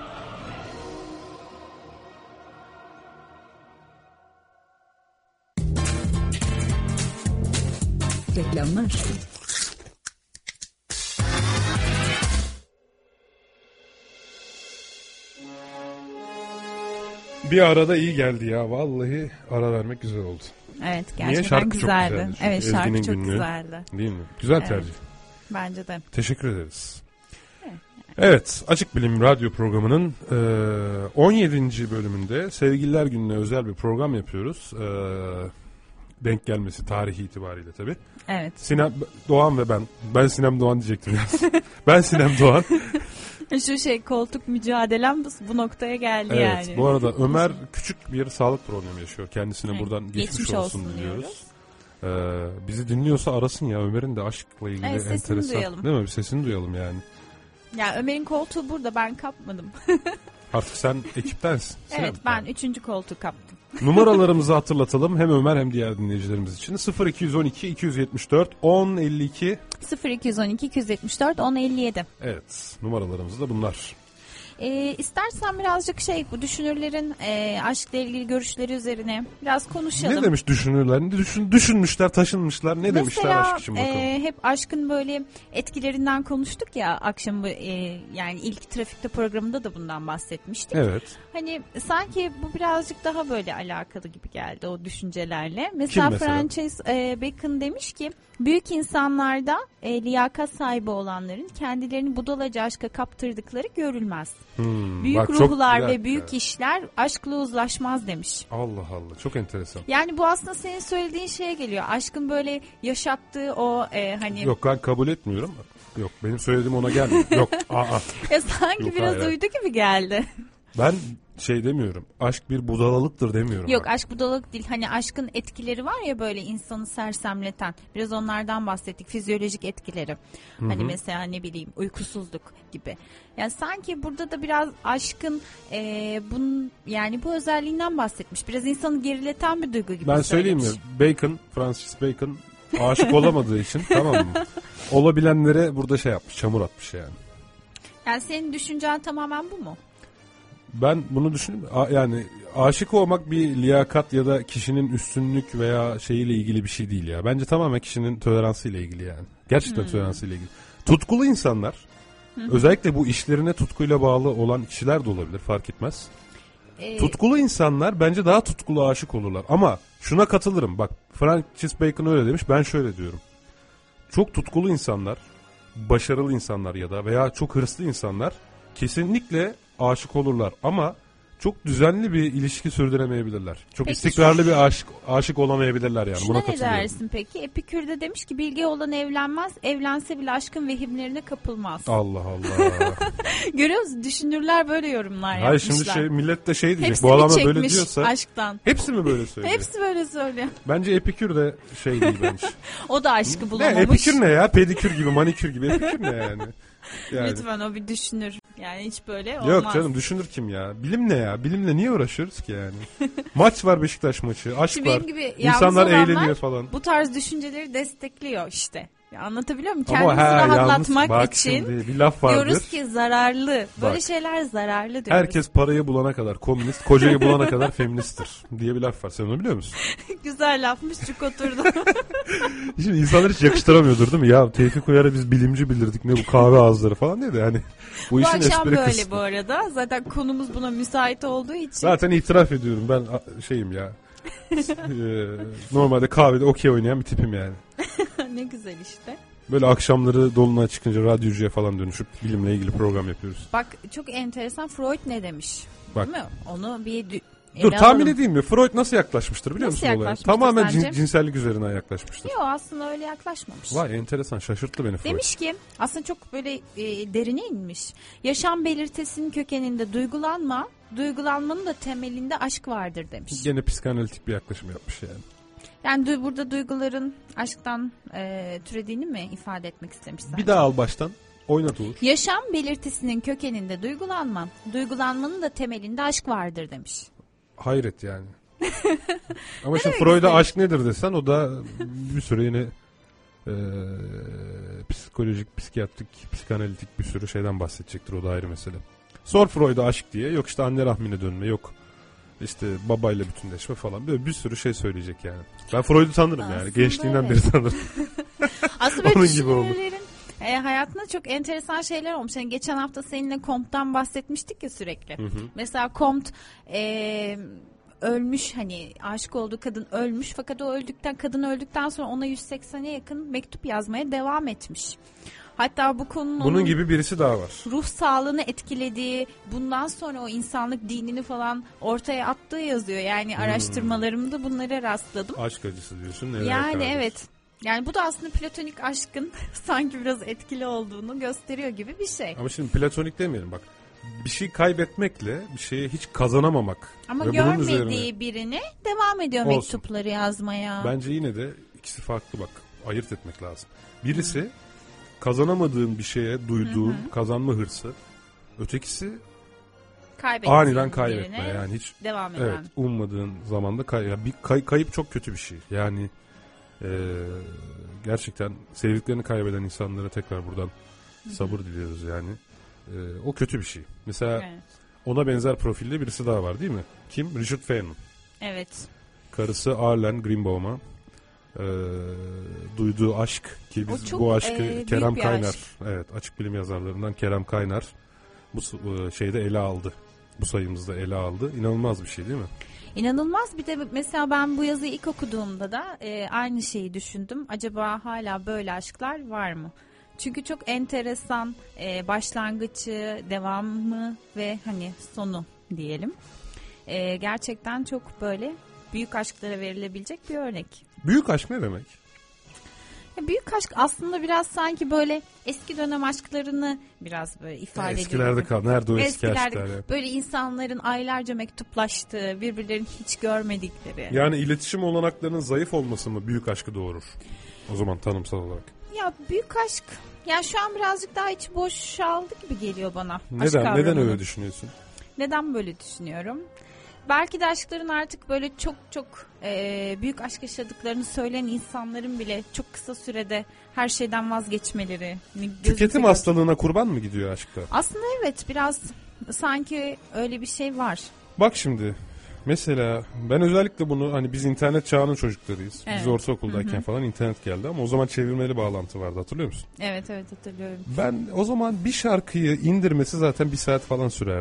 Reklamlar. Bir arada iyi geldi ya. Vallahi ara vermek güzel oldu. Evet, gerçekten Niye? Şarkı güzeldi. Çok güzeldi. Evet, şarkı Ezgi'nin çok günlüğü. güzeldi. Değil mi? Güzel Evet. tercih. Bence de. Teşekkür ederiz. Evet, Açık Bilim Radyo programının 17. bölümünde Sevgililer Günü'ne özel bir program yapıyoruz. Denk gelmesi tarihi itibariyle tabii. Evet. Sinem Doğan ve ben Sinem Doğan diyecektim ya. Ben Sinem Doğan. Şu koltuk mücadelem bu noktaya geldi Evet, yani. bu arada Ömer küçük bir sağlık problemi yaşıyor. Kendisine Evet, buradan geçmiş olsun diliyoruz. diyoruz. Bizi dinliyorsa arasın ya, Ömer'in de aşkla ilgili Evet, sesini enteresan. duyalım. Değil mi? Bir sesini duyalım yani. Ya Ömer'in koltuğu burada, ben kapmadım. Artık sen ekiptensin. Evet, ben 3. koltuğu kaptım. Numaralarımızı hatırlatalım hem Ömer hem diğer dinleyicilerimiz için. 0212 274 1052 0212 274 1057. Evet, numaralarımız da bunlar. İstersen birazcık bu düşünürlerin aşkla ilgili görüşleri üzerine biraz konuşalım. Ne demiş düşünürler? Düşünmüşler, taşınmışlar. Ne demişler aşk için bakalım. Hep aşkın böyle etkilerinden konuştuk ya akşam, yani ilk Trafikte programında da bundan bahsetmiştik. Evet. Hani sanki bu birazcık daha böyle alakalı gibi geldi o düşüncelerle. Mesela Frances Bacon demiş ki büyük insanlarda liyakat sahibi olanların kendilerini budalaca aşka kaptırdıkları görülmez. Büyük ruhlar ve büyük işler aşkla uzlaşmaz demiş. Allah Allah, çok enteresan. Yani bu aslında senin söylediğin şeye geliyor. Aşkın böyle yaşattığı o hani... Yok, ben kabul etmiyorum. Yok, benim söylediğim ona gelmiyor. Yok. Sanki yok, biraz uydu gibi geldi. Ben demiyorum. Aşk bir budalalıktır demiyorum. Yok, aşk budalalık değil. Hani aşkın etkileri var ya böyle insanı sersemleten. Biraz onlardan bahsettik. Fizyolojik etkileri. Hı-hı. Hani mesela ne bileyim uykusuzluk gibi. Yani sanki burada da biraz aşkın bu özelliğinden bahsetmiş. Biraz insanı gerileten bir duygu gibi. Ben söyleyeyim mi? Francis Bacon aşık olamadığı için tamam mı? Olabilenlere burada yapmış, çamur atmış yani. Yani senin düşüncen tamamen bu mu? Ben bunu düşünüyorum. Yani aşık olmak bir liyakat ya da kişinin üstünlük veya şeyiyle ilgili bir şey değil ya. Bence tamamen kişinin toleransıyla ilgili yani. Gerçekten toleransıyla ilgili. Tutkulu insanlar, özellikle bu işlerine tutkuyla bağlı olan kişiler de olabilir, fark etmez. tutkulu insanlar bence daha tutkulu aşık olurlar. Ama şuna katılırım. Bak Francis Bacon öyle demiş. Ben şöyle diyorum. Çok tutkulu insanlar, başarılı insanlar ya da veya çok hırslı insanlar kesinlikle aşık olurlar. Ama çok düzenli bir ilişki sürdüremeyebilirler. Çok peki, istikrarlı bir aşık olamayabilirler yani. Şuna ne dersin peki? Epikür de demiş ki bilge olan evlenmez, evlense bile aşkın vehimlerine kapılmaz. Allah Allah. Görüyor musun? Düşünürler böyle yorumlar yapmışlar. Hayır şimdi millet de şey diyecek. Hepsi bu adamlar çekmiş böyle diyorsa. Aşktan. Hepsi mi böyle söylüyor? Hepsi böyle söylüyor. Bence Epikür de şey değil bence. O da aşkı bulamamış. Ne Epikür ne ya? Pedikür gibi, manikür gibi. Epikür ne yani? Lütfen o bir düşünür. Yani hiç böyle olmaz. Yok canım düşünür kim ya? Bilim ne ya? Bilimle niye uğraşıyoruz ki yani? Maç var, Beşiktaş maçı. Aşk şimdi var. Benim gibi İnsanlar eğleniyor falan. Bu tarz düşünceleri destekliyor işte. Ya anlatabiliyor muyum? Ama Kendimizi rahatlatmak bak için şimdi, bir laf vardır. diyoruz ki zararlı. Böyle Bak, şeyler zararlı diyoruz. herkes parayı bulana kadar komünist, kocayı bulana kadar feministtir diye bir laf var. Sen onu biliyor musun? Güzel lafmış, çok oturdu. Şimdi insanlar hiç yakıştıramıyordur değil mi? Ya Tevfik Uyar'a biz bilimci bildirdik, ne bu kahve ağızları falan diye de yani. Bu işin akşam espri böyle kısmı. bu arada. Zaten konumuz buna müsait olduğu için. Zaten itiraf ediyorum ben şeyim ya. Normalde kahvede okey oynayan bir tipim yani. Ne güzel işte. Böyle akşamları dolunay çıkınca radyocuya falan dönüşüp bilimle ilgili program yapıyoruz. Bak çok enteresan, Freud ne demiş? Bak. Değil mi? Onu bir dur tahmin edeyim mi? Freud nasıl yaklaşmıştır biliyor nasıl musun olaya? Tamamen cinsellik üzerinden yaklaşmıştır. Yok aslında öyle yaklaşmamış. Vay enteresan, şaşırttı beni Freud. Demiş ki aslında çok böyle derine inmiş. Yaşam belirtisinin kökeninde duygulanma, duygulanmanın da temelinde aşk vardır demiş. Gene psikanalitik bir yaklaşım yapmış yani. Yani burada duyguların aşktan türediğini mi ifade etmek istemiş sence? Bir daha al baştan. Oynat Uğur. Yaşam belirtisinin kökeninde duygulanma, duygulanmanın da temelinde aşk vardır demiş. Hayret yani. Ama şimdi Freud'a aşk nedir desen o da bir süre yine psikolojik, psikiyatrik, psikanalitik bir sürü şeyden bahsedecektir. O da ayrı mesele. Sor Freud'a aşk diye. Yok işte anne rahmine dönme, yok işte babayla bütünleşme falan. Böyle bir sürü şey söyleyecek yani. Ben Freud'u tanırım aslında yani. Gençliğinden beri tanırım. Aslında böyle düşünürlerin hayatında çok enteresan şeyler olmuş. Yani geçen hafta seninle Comte'dan bahsetmiştik ya sürekli. Hı hı. Mesela Comte ölmüş, hani aşık olduğu kadın ölmüş, fakat o kadın öldükten sonra ona 180'e yakın mektup yazmaya devam etmiş. Hatta bu konunun bunun gibi birisi daha var. Ruh sağlığını etkilediği, bundan sonra o insanlık dinini falan ortaya attığı yazıyor. Yani araştırmalarımda bunlara rastladım. Aşk acısı diyorsun. Neler yani yakardır. Evet. Yani bu da aslında platonik aşkın sanki biraz etkili olduğunu gösteriyor gibi bir şey. Ama şimdi platonik demeyelim bak. Bir şey kaybetmekle bir şeye hiç kazanamamak. Ama ve görmediği bunun üzerine birine devam ediyor olsun. Mektupları yazmaya. Bence yine de ikisi farklı bak. Ayırt etmek lazım. Birisi kazanamadığın bir şeye duyduğun kazanma hırsı. Ötekisi aniden kaybetme. Yani hiç devam eden. Evet, ummadığın zamanda kayıp çok kötü bir şey. Yani gerçekten sevdiklerini kaybeden insanlara tekrar buradan sabır diliyoruz yani. O kötü bir şey. Mesela ona benzer profilde birisi daha var değil mi? Kim? Richard Feynman. Evet. Karısı Arlen Greenbaum'a duyduğu aşk ki biz çok, bu aşkı Kerem Kaynar, aşk. evet açık bilim yazarlarından Kerem Kaynar bu şeyde ele aldı. Bu sayımızda ele aldı. İnanılmaz bir şey değil mi? İnanılmaz. Bir de mesela ben bu yazıyı ilk okuduğumda da aynı şeyi düşündüm. Acaba hala böyle aşklar var mı? Çünkü çok enteresan başlangıcı, devamı ve hani sonu diyelim. Gerçekten çok böyle büyük aşklara verilebilecek bir örnek. Büyük aşk ne demek? Büyük aşk aslında biraz sanki böyle eski dönem aşklarını biraz böyle ifade ediyor. Eskilerde kal. Nerede o eski aşklar? Böyle insanların aylarca mektuplaştığı, birbirlerini hiç görmedikleri. Yani iletişim olanaklarının zayıf olması mı büyük aşkı doğurur? O zaman tanımsal olarak. Ya büyük aşk. Ya şu an birazcık daha içi boşaldı gibi geliyor bana. Neden öyle düşünüyorsun? Neden böyle düşünüyorum? Belki de aşkların artık böyle çok büyük aşk yaşadıklarını söyleyen insanların bile çok kısa sürede her şeyden vazgeçmeleri. Tüketim hastalığına kurban mı gidiyor aşklar? Aslında evet, biraz sanki öyle bir şey var. Bak şimdi mesela ben özellikle bunu hani biz internet çağının çocuklarıyız. Evet. Biz ortaokuldayken falan internet geldi ama o zaman çevirmeli bağlantı vardı, hatırlıyor musun? Evet hatırlıyorum. Ben o zaman bir şarkıyı indirmesi zaten 1 saat falan sürerdi.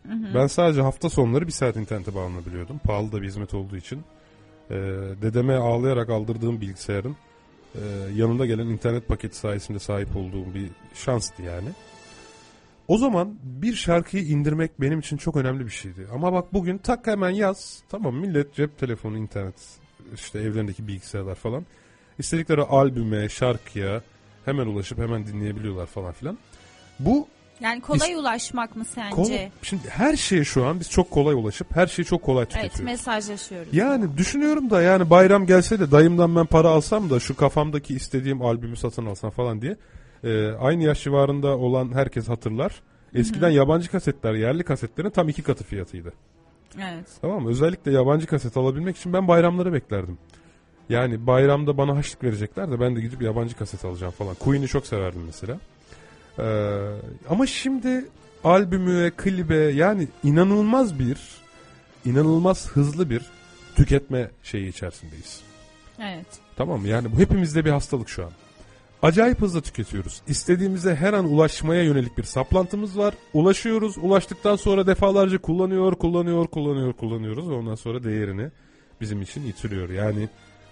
Ben sadece hafta sonları 1 saat internete bağlanabiliyordum. Pahalı da bir hizmet olduğu için. Dedeme ağlayarak aldırdığım bilgisayarın yanında gelen internet paketi sayesinde sahip olduğum bir şanstı yani. O zaman bir şarkıyı indirmek benim için çok önemli bir şeydi. Ama bak bugün tak hemen yaz. Tamam, millet cep telefonu, internet, işte evlerindeki bilgisayarlar falan. İstedikleri albüme, şarkıya hemen ulaşıp hemen dinleyebiliyorlar falan filan. Bu yani kolay ulaşmak mı sence? Şimdi her şeye şu an biz çok kolay ulaşıp her şeyi çok kolay tüketiyoruz. Evet, mesajlaşıyoruz. Yani düşünüyorum da yani bayram gelse de dayımdan ben para alsam da şu kafamdaki istediğim albümü satın alsam falan diye. Aynı yaş civarında olan herkes hatırlar. Eskiden yabancı kasetler yerli kasetlerin tam 2 katı fiyatıydı. Evet. Tamam mı? Özellikle yabancı kaset alabilmek için ben bayramları beklerdim. Yani bayramda bana harçlık verecekler de ben de gidip yabancı kaset alacağım falan. Queen'i çok severdim mesela. Ama şimdi albümü, klibe yani inanılmaz hızlı bir tüketme şeyi içerisindeyiz. Evet. Tamam mı? Yani bu hepimizde bir hastalık şu an. Acayip hızlı tüketiyoruz. İstediğimize her an ulaşmaya yönelik bir saplantımız var. Ulaşıyoruz. Ulaştıktan sonra defalarca kullanıyoruz. Ve ondan sonra değerini bizim için yitiriyor. Yani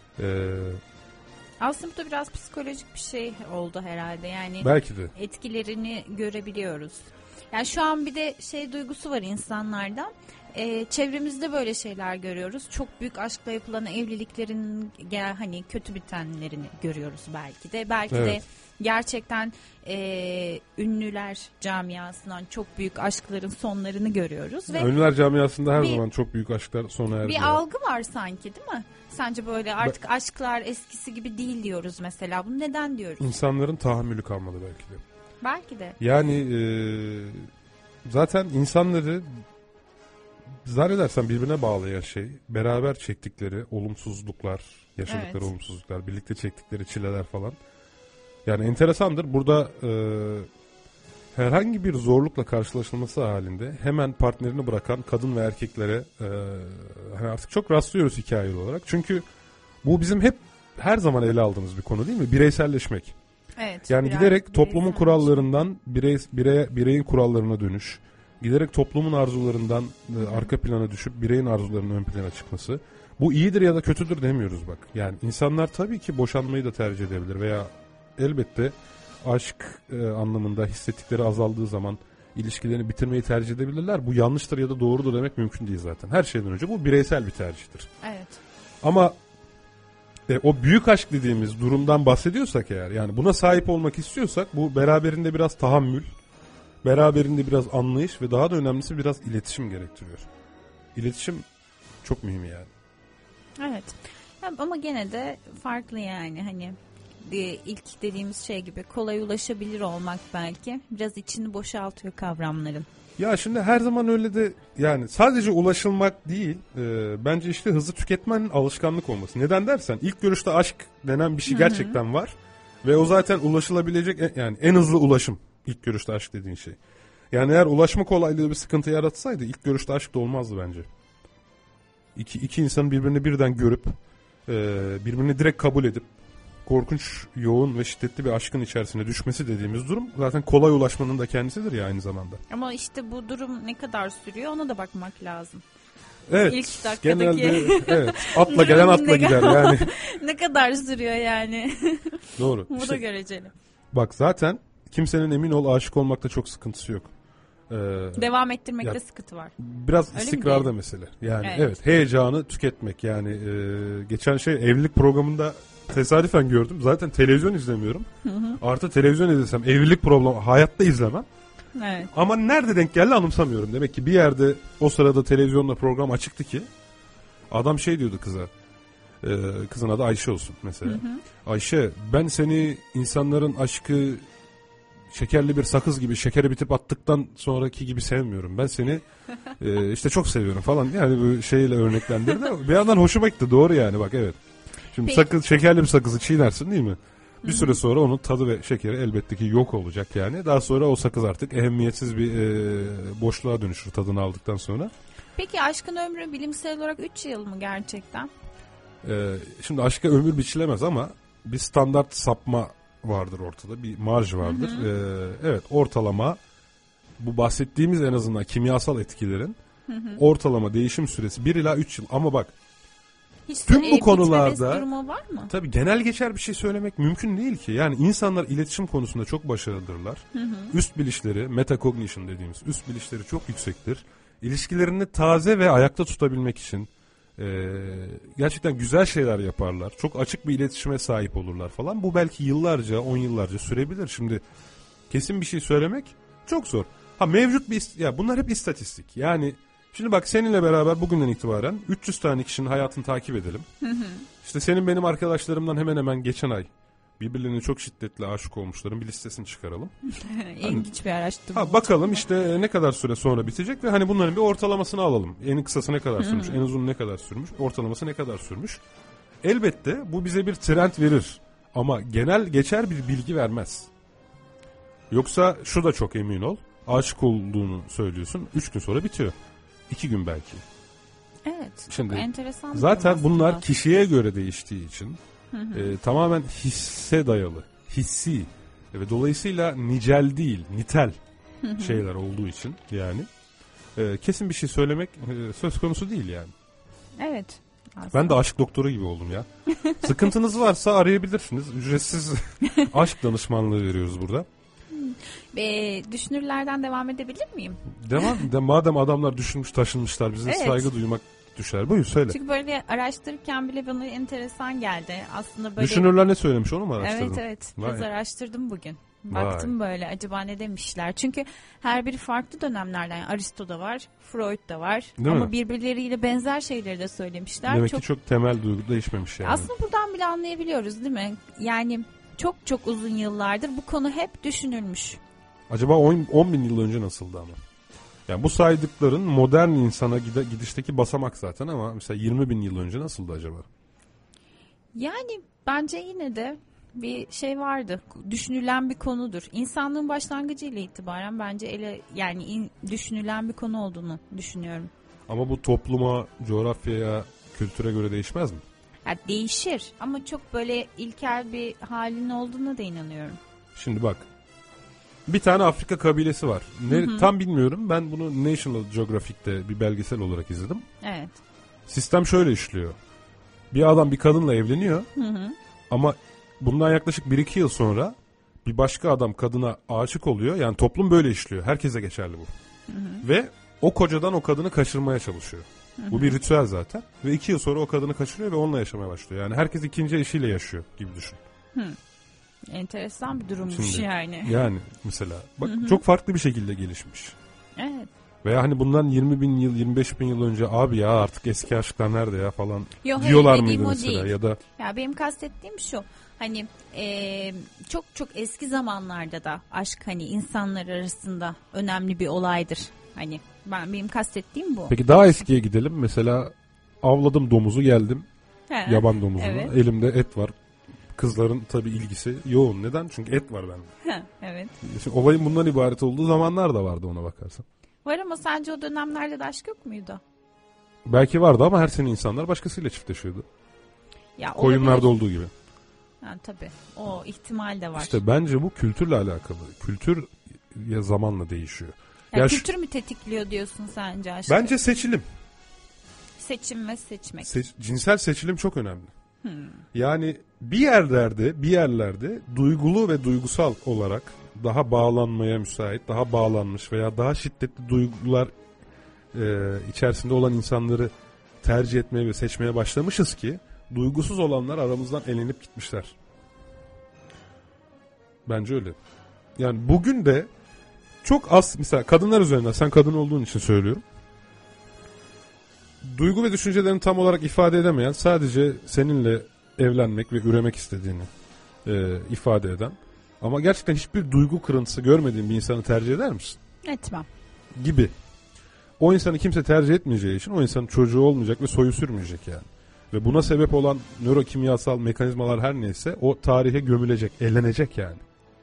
aslında bu da biraz psikolojik bir şey oldu herhalde. Yani belki de etkilerini görebiliyoruz. Yani şu an bir de duygusu var insanlarda. Çevremizde böyle şeyler görüyoruz. Çok büyük aşkla yapılan evliliklerin hani kötü bitenlerini görüyoruz belki de. Belki de gerçekten ünlüler camiasından çok büyük aşkların sonlarını görüyoruz. Ve ünlüler camiasında her zaman çok büyük aşklar sona erdi. Bir algı var sanki, değil mi? Sence böyle artık aşklar eskisi gibi değil diyoruz mesela. Bunu neden diyoruz? İnsanların tahammülü kalmadı belki de. Belki de. Yani zaten insanları zannedersen birbirine bağlayan şey beraber çektikleri olumsuzluklar, yaşadıkları olumsuzluklar, birlikte çektikleri çileler falan. Yani enteresandır. Burada herhangi bir zorlukla karşılaşılması halinde hemen partnerini bırakan kadın ve erkeklere hani artık çok rastlıyoruz hikayeli olarak. Çünkü bu bizim her zaman ele aldığımız bir konu değil mi? Bireyselleşmek. Evet. Yani giderek toplumun kurallarından bireyin kurallarına dönüş. Giderek toplumun arzularından arka plana düşüp bireyin arzularının ön plana çıkması. Bu iyidir ya da kötüdür demiyoruz bak. Yani insanlar tabii ki boşanmayı da tercih edebilir veya elbette aşk anlamında hissettikleri azaldığı zaman ilişkilerini bitirmeyi tercih edebilirler. Bu yanlıştır ya da doğrudur demek mümkün değil zaten. Her şeyden önce bu bireysel bir tercihtir. Evet. Ama o büyük aşk dediğimiz durumdan bahsediyorsak eğer, yani buna sahip olmak istiyorsak bu beraberinde biraz tahammül, beraberinde biraz anlayış ve daha da önemlisi biraz iletişim gerektiriyor. İletişim çok mühim yani. Evet. Ama gene de farklı yani hani ilk dediğimiz şey gibi kolay ulaşabilir olmak belki biraz içini boşaltıyor kavramların. Ya şimdi her zaman öyle de yani sadece ulaşılmak değil bence işte hızlı tüketmenin alışkanlık olması. Neden dersen ilk görüşte aşk denen bir şey gerçekten var ve o zaten ulaşılabilecek yani en hızlı ulaşım ilk görüşte aşk dediğin şey. Yani eğer ulaşma kolaylığı bir sıkıntı yaratsaydı ilk görüşte aşk da olmazdı bence. İki insanın birbirini birden görüp birbirini direkt kabul edip korkunç, yoğun ve şiddetli bir aşkın içerisine düşmesi dediğimiz durum zaten kolay ulaşmanın da kendisidir ya aynı zamanda. Ama işte bu durum ne kadar sürüyor ona da bakmak lazım. Evet. İlk dakikadaki. Genelde atla gelen atla gider yani. Ne kadar sürüyor yani. Doğru. Bu da göreceli. Bak zaten kimsenin emin ol aşık olmakta çok sıkıntısı yok. Devam ettirmekte sıkıntı var. Biraz öyle istikrarda mesele. Yani evet heyecanı tüketmek yani geçen evlilik programında tesadüfen gördüm. Zaten televizyon izlemiyorum. Artı televizyon izlesem evlilik programı hayatta izlemem. Evet. Ama nerede denk geldi anımsamıyorum. Demek ki bir yerde o sırada televizyonda program açıktı ki adam diyordu kıza. Kızın adı Ayşe olsun mesela. Ayşe ben seni insanların aşkı şekerli bir sakız gibi şekeri bitip attıktan sonraki gibi sevmiyorum. Ben seni işte çok seviyorum falan. Yani bu şeyle örneklendirdi. Bir yandan hoşuma gitti. Doğru yani bak evet. Şimdi şekerli bir sakızı çiğnersin değil mi? Bir süre sonra onun tadı ve şekeri elbette ki yok olacak yani. Daha sonra o sakız artık ehemmiyetsiz bir boşluğa dönüşür tadını aldıktan sonra. Peki aşkın ömrü bilimsel olarak 3 yıl mı gerçekten? Şimdi aşka ömür biçilemez ama bir standart sapma vardır ortada. Bir marj vardır. Evet ortalama bu bahsettiğimiz en azından kimyasal etkilerin ortalama değişim süresi 1 ila 3 yıl. Ama bak hiç tüm bu konularda durumu var mı? Tabii genel geçer bir şey söylemek mümkün değil ki. Yani insanlar iletişim konusunda çok başarılıdırlar. Üst bilişleri, metacognition dediğimiz üst bilişleri çok yüksektir. İlişkilerini taze ve ayakta tutabilmek için gerçekten güzel şeyler yaparlar. Çok açık bir iletişime sahip olurlar falan. Bu belki yıllarca, 10 yıllarca sürebilir. Şimdi kesin bir şey söylemek çok zor. Mevcut ya bunlar hep istatistik. Yani şimdi bak seninle beraber bugünden itibaren 300 tane kişinin hayatını takip edelim. İşte senin benim arkadaşlarımdan hemen hemen geçen ay birbirlerine çok şiddetli aşık olmuşların bir listesini çıkaralım. İlginç bir araştırma. Bakalım işte ne kadar süre sonra bitecek ve hani bunların bir ortalamasını alalım. En kısası ne kadar sürmüş, en uzun ne kadar sürmüş, ortalaması ne kadar sürmüş. Elbette bu bize bir trend verir ama genel geçer bir bilgi vermez. Yoksa şu da çok emin ol, aşık olduğunu söylüyorsun, 3 gün sonra bitiyor. 2 gün belki. Evet, şimdi çok enteresan. Zaten bunlar kişiye göre değiştiği için tamamen hisse dayalı, hissi ve dolayısıyla nicel değil, nitel şeyler olduğu için yani kesin bir şey söylemek söz konusu değil yani. Evet. Aslında. Ben de aşk doktoru gibi oldum ya. Sıkıntınız varsa arayabilirsiniz. Ücretsiz aşk danışmanlığı veriyoruz burada. Düşünürlerden devam edebilir miyim? Madem adamlar düşünmüş taşınmışlar bize saygı duymak düşer. Buyur söyle. Çünkü böyle araştırırken bile bana enteresan geldi. Aslında böyle... Düşünürler ne söylemiş onu mu araştırdın? Evet. Biraz araştırdım bugün. Baktım böyle acaba ne demişler. Çünkü her biri farklı dönemlerden. Yani Aristo da var, Freud da var. Değil ama mi? birbirleriyle benzer şeyleri de söylemişler. Demek ki çok temel duygu değişmemiş yani. Aslında buradan bile anlayabiliyoruz değil mi? Yani çok çok uzun yıllardır bu konu hep düşünülmüş. Acaba 10 bin yıl önce nasıldı ama? Yani bu saydıkların modern insana gidişteki basamak zaten ama mesela 20 bin yıl önce nasıldı acaba? Yani bence yine de bir şey vardı. Düşünülen bir konudur. İnsanlığın başlangıcı ile itibaren bence düşünülen bir konu olduğunu düşünüyorum. Ama bu topluma, coğrafyaya, kültüre göre değişmez mi? Ya değişir ama çok böyle ilkel bir halinin olduğuna da inanıyorum. Şimdi bak. Bir tane Afrika kabilesi var. Tam bilmiyorum. Ben bunu National Geographic'te bir belgesel olarak izledim. Evet. Sistem şöyle işliyor. Bir adam bir kadınla evleniyor. Ama bundan yaklaşık 1-2 yıl sonra bir başka adam kadına aşık oluyor. Yani toplum böyle işliyor. Herkese geçerli bu. Ve o kocadan o kadını kaçırmaya çalışıyor. Bu bir ritüel zaten. Ve 2 yıl sonra o kadını kaçırıyor ve onunla yaşamaya başlıyor. Yani herkes ikinci eşiyle yaşıyor gibi düşün. Enteresan bir durummuş yani. Yani mesela bak çok farklı bir şekilde gelişmiş. Evet. Veya hani bundan 20 bin yıl 25 bin yıl önce abi ya artık eski aşklar nerede ya falan diyorlar mıydı mesela değil. Ya da ya benim kastettiğim şu hani çok çok eski zamanlarda da aşk hani insanlar arasında önemli bir olaydır. Hani benim kastettiğim bu. Peki daha eskiye gidelim mesela avladım domuzu geldim yaban domuzunu elimde et var. Kızların tabii ilgisi yoğun. Neden? Çünkü et var bende. Evet. Şimdi olayın bundan ibaret olduğu zamanlar da vardı ona bakarsan. Var ama sence o dönemlerde de aşk yok muydu? Belki vardı ama her sene insanlar başkasıyla çiftleşiyordu. Ya, koyunlarda olduğu gibi. Ha, tabii. O ihtimal de var. İşte bence bu kültürle alakalı. Kültür ya zamanla değişiyor. Ya kültür mü tetikliyor diyorsun sence aşkı? Bence seçilim. Seçim ve seçmek. Cinsel seçilim çok önemli. Yani bir yerlerde duygulu ve duygusal olarak daha bağlanmaya müsait, daha bağlanmış veya daha şiddetli duygular içerisinde olan insanları tercih etmeye ve seçmeye başlamışız ki duygusuz olanlar aramızdan elenip gitmişler. Bence öyle. Yani bugün de çok az mesela kadınlar üzerinden sen kadın olduğun için söylüyorum. Duygu ve düşüncelerini tam olarak ifade edemeyen sadece seninle evlenmek ve üremek istediğini ifade eden ama gerçekten hiçbir duygu kırıntısı görmediğin bir insanı tercih eder misin? Etmem. Gibi. O insanı kimse tercih etmeyeceği için o insanın çocuğu olmayacak ve soyu sürmeyecek yani. Ve buna sebep olan nörokimyasal mekanizmalar her neyse o tarihe gömülecek, elenecek yani.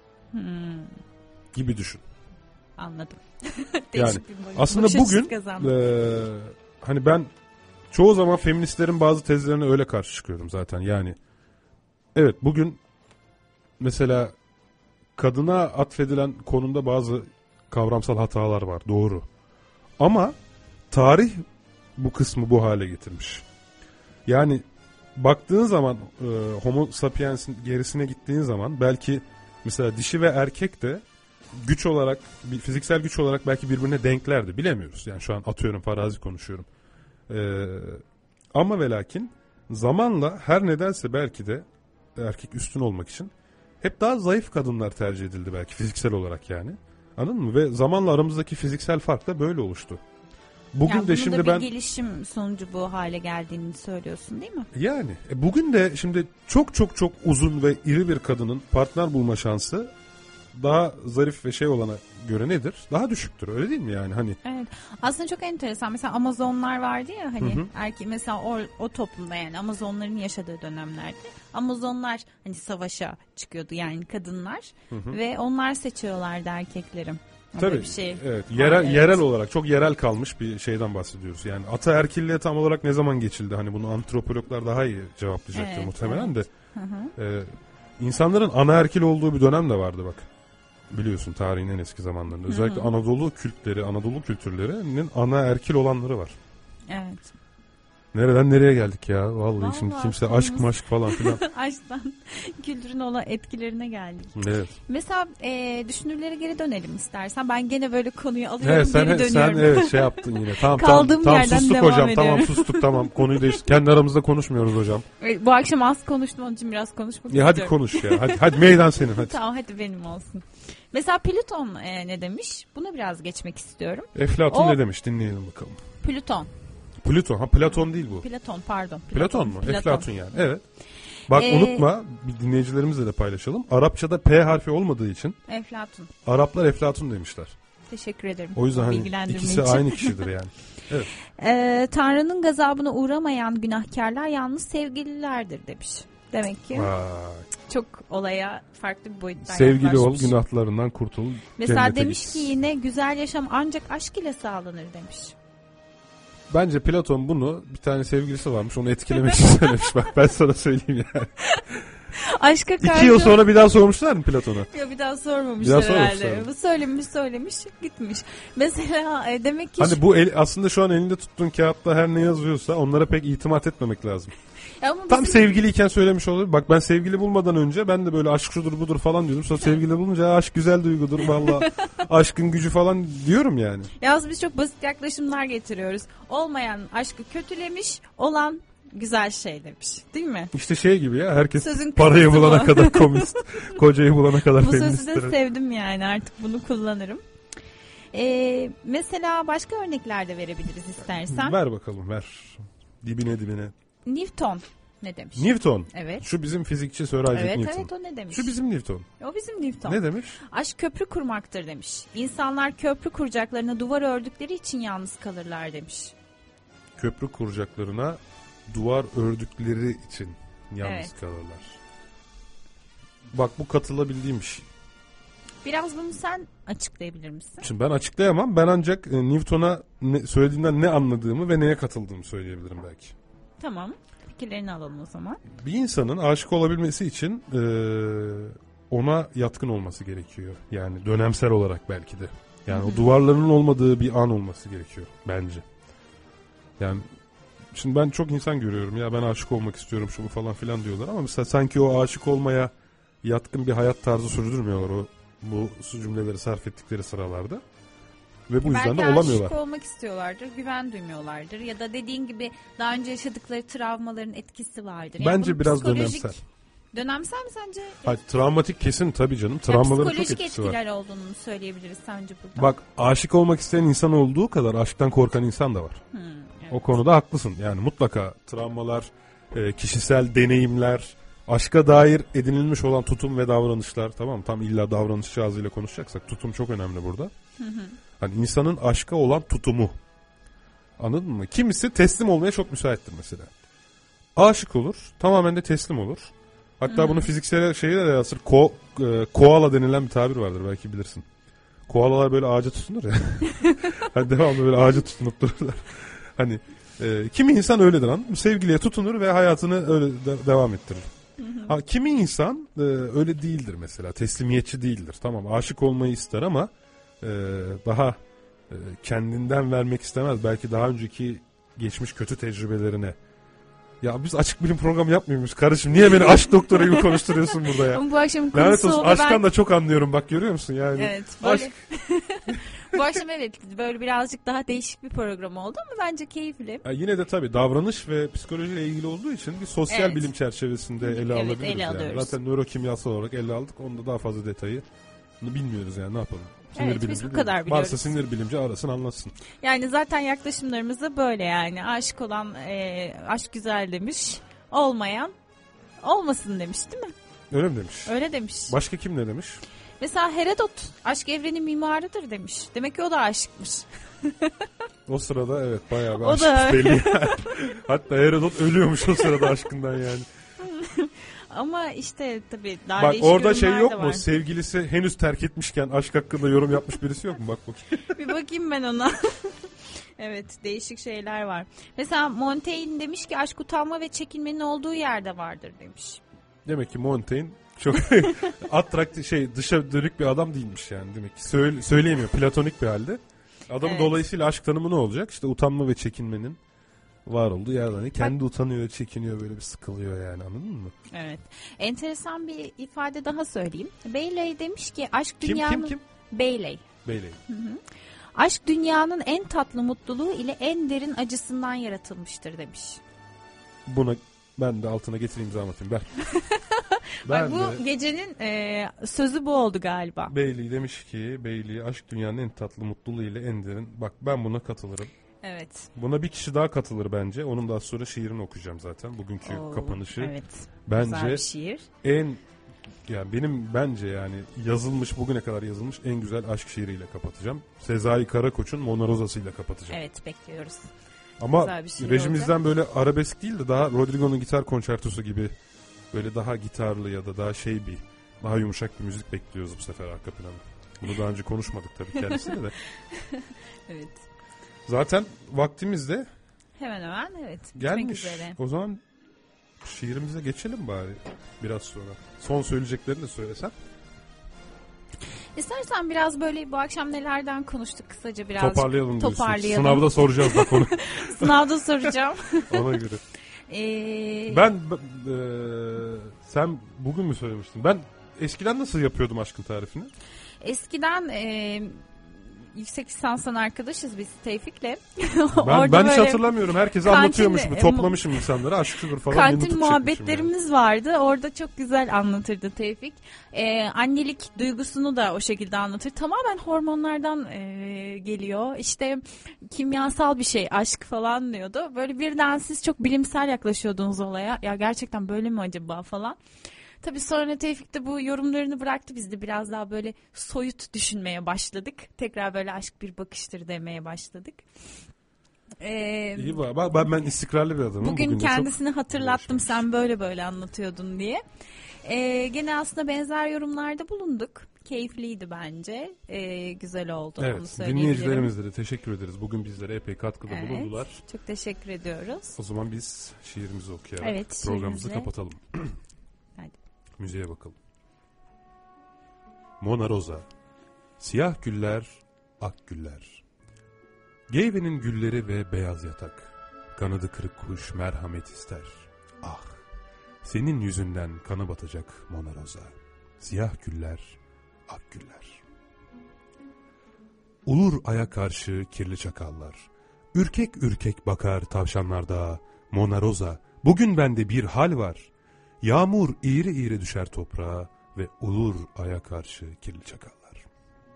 Gibi düşün. Anladım. Yani aslında bugün hani ben çoğu zaman feministlerin bazı tezlerine öyle karşı çıkıyorum zaten yani. Evet bugün mesela kadına atfedilen konumda bazı kavramsal hatalar var, doğru. Ama tarih bu kısmı bu hale getirmiş. Yani baktığın zaman Homo sapiens'in gerisine gittiğin zaman belki mesela dişi ve erkek de güç olarak, fiziksel güç olarak belki birbirine denklerdi. Bilemiyoruz. Yani şu an atıyorum, farazi konuşuyorum. Ama ve lakin zamanla her nedense belki de erkek üstün olmak için hep daha zayıf kadınlar tercih edildi belki fiziksel olarak yani. Anladın mı? Ve zamanla aramızdaki fiziksel fark da böyle oluştu. Bugün yani de şimdi da bir ben gelişim sonucu bu hale geldiğini söylüyorsun değil mi? Yani bugün de şimdi çok çok çok uzun ve iri bir kadının partner bulma şansı daha zarif ve şey olana göre nedir? Daha düşüktür, öyle değil mi yani? Hani evet. Aslında çok enteresan. Mesela Amazonlar vardı ya hani, erkek mesela o toplumda, yani Amazonların yaşadığı dönemlerde Amazonlar hani savaşa çıkıyordu yani kadınlar, ve onlar seçiyorlardı erkekleri. Tabii. Bir şey. Evet. Yerel olarak çok yerel kalmış bir şeyden bahsediyoruz. Yani ataerkilliğe tam olarak ne zaman geçildi? Hani bunu antropologlar daha iyi cevaplayacaktır muhtemelen de. İnsanların anaerkil olduğu bir dönem de vardı bak. Biliyorsun tarihin en eski zamanlarında. Özellikle Anadolu kültleri, Anadolu kültürlerinin anaerkil olanları var. Evet. Nereden nereye geldik ya? Vallahi şimdi kimse aşk maşk falan filan. Aşktan kültürün olan etkilerine geldik. Evet. Mesela düşünürlere geri dönelim istersen. Ben gene böyle konuyu alıyorum, geri dönüyorum. Sen evet şey yaptın yine. Tamam yerden sustuk devam hocam. ediyorum. Tamam sustuk tamam. Konuyu değiştirdik. Kendi aramızda konuşmuyoruz hocam. Bu akşam az konuştum, onun için biraz konuşmak ya istiyorum. Hadi konuş ya. Hadi meydan senin hadi. Tamam hadi benim olsun. Mesela Plüton ne demiş? Buna biraz geçmek istiyorum. Eflatun ne demiş? Dinleyelim bakalım. Plüton. Platon değil bu. Platon mu? Eflatun yani. Evet. Bak unutma, bir dinleyicilerimizle de paylaşalım. Arapçada P harfi olmadığı için Eflatun. Araplar Eflatun demişler. Teşekkür ederim. O yüzden hani ikisi aynı kişidir yani. Evet. Tanrı'nın gazabına uğramayan günahkarlar yalnız sevgililerdir demiş. Demek ki çok olaya farklı bir boyuttan sevgili yaklaşmış. ol, günahlarından kurtul. Mesela demiş ki yine güzel yaşam ancak aşk ile sağlanır demiş. Bence Platon bunu, bir tane sevgilisi varmış, onu etkilemek için söylemiş. Bak ben sana söyleyeyim yani. Aşka karşı... 2 yıl sonra bir daha sormuşlar mı Platon'a? Yok, bir daha sormamışlar herhalde. Bu söylemiş gitmiş. Mesela demek ki... Hani bu aslında şu an elinde tuttuğun kağıtta her ne yazıyorsa onlara pek itimat etmemek lazım. Tam sevgiliyken söylemiş olabilir. Bak ben sevgili bulmadan önce ben de böyle aşk şudur budur falan diyordum. Sonra sevgili bulunca aşk güzel duygudur valla. Aşkın gücü falan diyorum yani. Yalnız biz çok basit yaklaşımlar getiriyoruz. Olmayan aşkı kötülemiş, olan güzel şey demiş. Değil mi? İşte şey gibi ya, herkes parayı bulana kadar komünist, kocayı bulana kadar feministtir. Bu sözü de sevdim yani, artık bunu kullanırım. Mesela başka örnekler de verebiliriz istersen. Ver bakalım, ver. Dibine. Newton ne demiş? Newton. Evet. Şu bizim fizikçi Sir Isaac Newton. Evet, o ne demiş? Şu bizim Newton. O bizim Newton. Ne demiş? Aşk köprü kurmaktır demiş. İnsanlar köprü kuracaklarına duvar ördükleri için yalnız kalırlar demiş. Köprü kuracaklarına duvar ördükleri için yalnız kalırlar. Bak bu katılabildiğim bir şey. Biraz bunu sen açıklayabilir misin? Şimdi ben açıklayamam. Ben ancak Newton'a söylediğinden ne anladığımı ve neye katıldığımı söyleyebilirim belki. Tamam. Fikirlerini alalım o zaman. Bir insanın aşık olabilmesi için ona yatkın olması gerekiyor. Yani dönemsel olarak belki de. Yani o duvarların olmadığı bir an olması gerekiyor bence. Yani şimdi ben çok insan görüyorum ya, ben aşık olmak istiyorum şu bu falan filan diyorlar ama mesela sanki o aşık olmaya yatkın bir hayat tarzı sürdürmüyorlar bu cümleleri sarf ettikleri sıralarda. Ve bu yüzden de olamıyorlar. Belki aşık olmak istiyorlardır, güven duymuyorlardır ya da dediğin gibi daha önce yaşadıkları travmaların etkisi vardır. Yani bence biraz dönemsel. Dönemsel mi sence? Hayır, travmatik kesin tabii canım. Travmaların çok etkisi var. Psikolojik etkiler olduğunu söyleyebiliriz sence burada. Bak aşık olmak isteyen insan olduğu kadar aşktan korkan insan da var. Evet. O konuda haklısın. Yani mutlaka travmalar, kişisel deneyimler, aşka dair edinilmiş olan tutum ve davranışlar, tamam mı? Tam illa davranış ağzıyla konuşacaksak tutum çok önemli burada. Hani insanın aşka olan tutumu. Anladın mı? Kimisi teslim olmaya çok müsaittir mesela. Aşık olur, tamamen de teslim olur. Hatta bunu fiziksel şeyle de yazır. Koala denilen bir tabir vardır, belki bilirsin. Koalalar böyle ağaca tutunur ya. Hani devamlı böyle ağaca tutunup dururlar. Hani kimi insan öyledir, anladın mı? Sevgiliye tutunur ve hayatını öyle devam ettirir. Kimi insan öyle değildir mesela. Teslimiyetçi değildir. Tamam, aşık olmayı ister ama daha kendinden vermek istemez. Belki daha önceki geçmiş kötü tecrübelerine. Ya biz açık bilim programı yapmıyoruz kardeşim. Niye beni aşk doktoru gibi konuşturuyorsun burada ya? Ama bu akşam lanet olsun. Aşktan ben... da çok anlıyorum bak, görüyor musun yani? Evet. Böyle... Bu akşam evet böyle birazcık daha değişik bir program oldu ama bence keyifli. Yine de tabii davranış ve psikolojiyle ilgili olduğu için bir sosyal bilim çerçevesinde ele alabiliriz. Ele yani. Zaten nörokimyasal olarak ele aldık. Onda daha fazla detayı bilmiyoruz yani, ne yapalım. Evet, biz bu kadar biliyoruz. Varsa sinir bilimci arasın, anlatsın. Yani zaten yaklaşımlarımız da böyle yani. Aşık olan aşk güzel demiş. Olmayan olmasın demiş değil mi? Öyle mi demiş? Öyle demiş. Başka kim ne demiş? Mesela Herodot aşk evrenin mimarıdır demiş. Demek ki o da aşıkmış. O sırada evet bayağı bir aşık belli. Hatta Herodot ölüyormuş o sırada aşkından yani. Ama işte tabii daha bak, değişik orada şey yok mu? var. Sevgilisi henüz terk etmişken aşk hakkında yorum yapmış birisi yok mu? Bak bakayım. Bir bakayım ben ona. Evet, değişik şeyler var. Mesela Montaigne demiş ki aşk utanma ve çekinmenin olduğu yerde vardır demiş. Demek ki Montaigne çok atraktif dışa dönük bir adam değilmiş yani, demek ki söyleyemiyor, platonik bir halde. Adamın dolayısıyla aşk tanımı ne olacak? İşte utanma ve çekinmenin var olduğu yerden. Yani kendi utanıyor, çekiniyor, böyle bir sıkılıyor yani, anladın mı? Evet. Enteresan bir ifade daha söyleyeyim. Bailey demiş ki aşk dünyanın... Kim? Bailey. Hı-hı. Aşk dünyanın en tatlı mutluluğu ile en derin acısından yaratılmıştır demiş. Buna ben de altına getireyim, imza atayım. Bak bu gecenin sözü bu oldu galiba. Bailey demiş ki, Bailey aşk dünyanın en tatlı mutluluğu ile en derin. Bak ben buna katılırım. Evet. Buna bir kişi daha katılır bence. Onun daha sonra şiirini okuyacağım zaten. Bugünkü kapanışı. Evet. Bence şiir. Yani benim bence yani yazılmış, bugüne kadar yazılmış en güzel aşk şiiriyle kapatacağım. Sezai Karakoç'un Mona Rosa'sıyla kapatacağım. Evet, bekliyoruz. Ama rejimizden böyle arabesk değil de daha Rodrigo'nun gitar konçertosu gibi böyle daha gitarlı ya da daha daha yumuşak bir müzik bekliyoruz bu sefer arka planda. Bunu daha önce konuşmadık tabii kendisiyle de. Evet. Zaten vaktimiz de hemen evet. Gelmiş. O zaman şiirimize geçelim bari biraz sonra. Son söyleyeceklerini de söylesen. İstersen biraz böyle bu akşam nelerden konuştuk kısaca biraz toparlayalım. Sınavda soracağız bak onu. Sınavda soracağım. Ona göre. Sen bugün mü söylemiştin? Ben eskiden nasıl yapıyordum aşkın tarifini? Eskiden yüksek lisanstan arkadaşız biz Tevfik'le. Ben hiç hatırlamıyorum. Herkese anlatıyormuş mu? Toplamışım insanları. Aşk şudur falan. Kantin muhabbetlerimiz yani vardı. Orada çok güzel anlatırdı Tevfik. Annelik duygusunu da o şekilde anlatır. Tamamen hormonlardan geliyor. İşte kimyasal bir şey, aşk falan diyordu. Böyle birden siz çok bilimsel yaklaşıyordunuz olaya. Ya gerçekten böyle mi acaba falan. Tabii sonra Tevfik de bu yorumlarını bıraktı. Biz de biraz daha böyle soyut düşünmeye başladık. Tekrar böyle aşk bir bakıştır demeye başladık. İyi bak, ben istikrarlı bir adamım. Bugün kendisini hatırlattım, sen böyle anlatıyordun diye. Gene aslında benzer yorumlarda bulunduk. Keyifliydi bence. Güzel oldu. Evet, onu söyleyebilirim. Dinleyicilerimize de teşekkür ederiz. Bugün bizlere epey katkıda bulundular. Çok teşekkür ediyoruz. O zaman biz şiirimizi okuyarak programımızı kapatalım. Müziğe bakalım. Mona Rosa. Siyah güller, ak güller. Geyvenin gülleri ve beyaz yatak. Kanadı kırık kuş merhamet ister. Ah, senin yüzünden kanı batacak Mona Rosa. Siyah güller, ak güller. Ulur aya karşı kirli çakallar. Ürkek ürkek bakar tavşanlar dağa. Mona Rosa, bugün bende bir hal var. Yağmur iğri iğri düşer toprağa ve ulur aya karşı kirli çakallar.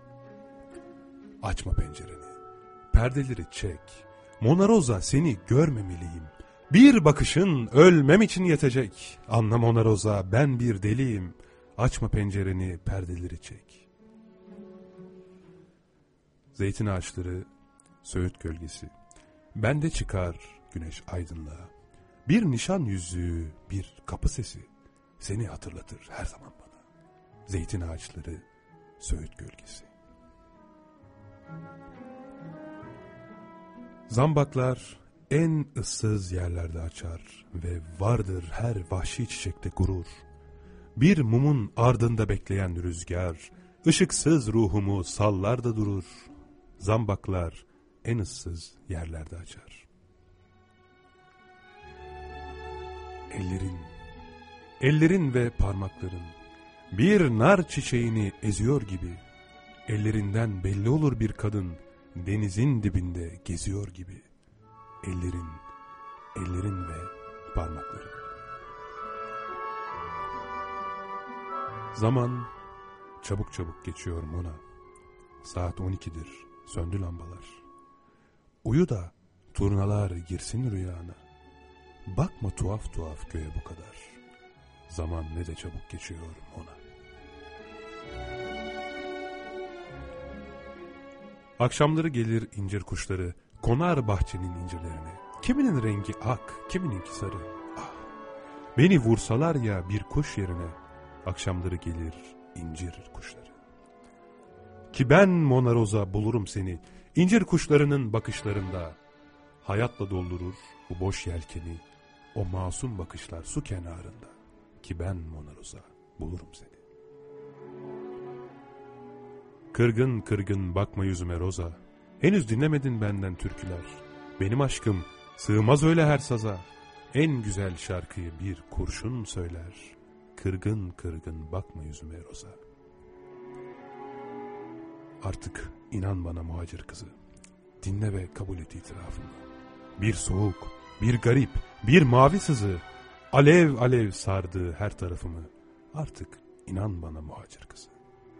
Açma pencereni, perdeleri çek. Mona Rosa, seni görmemeliyim. Bir bakışın ölmem için yetecek. Anla Mona Rosa, ben bir deliyim. Açma pencereni, perdeleri çek. Zeytin ağaçları, söğüt gölgesi. Bende çıkar güneş aydınlığa. Bir nişan yüzüğü, bir kapı sesi seni hatırlatır her zaman bana. Zeytin ağaçları, söğüt gölgesi. Zambaklar en ıssız yerlerde açar ve vardır her vahşi çiçekte gurur. Bir mumun ardında bekleyen rüzgar Işıksız ruhumu sallar da durur. Zambaklar en ıssız yerlerde açar. Ellerin ve parmakların bir nar çiçeğini eziyor gibi, ellerinden belli olur bir kadın denizin dibinde geziyor gibi. Ellerin ve parmakların. Zaman çabuk çabuk geçiyor Mona. Saat 12'dir, söndü lambalar. Uyu da turnalar girsin rüyana. Bakma tuhaf tuhaf köye bu kadar. Zaman ne de çabuk geçiyor Mona. Akşamları gelir incir kuşları, konar bahçenin incirlerine. Kiminin rengi ak, kimininki sarı. Ah, beni vursalar ya bir kuş yerine, akşamları gelir incir kuşları. Ki ben Mona Rosa bulurum seni, incir kuşlarının bakışlarında. Hayatla doldurur bu boş yelkeni, o masum bakışlar su kenarında. Ki ben Mona Rosa bulurum seni. Kırgın kırgın bakma yüzüme Rosa, henüz dinlemedin benden türküler. Benim aşkım sığmaz öyle her saza, en güzel şarkıyı bir kurşun söyler. Kırgın kırgın bakma yüzüme Rosa. Artık inan bana muhacir kızı, dinle ve kabul et itirafımı. Bir soğuk, bir garip, bir mavi sızı, alev alev sardığı her tarafımı. Artık inan bana muhacir kızı.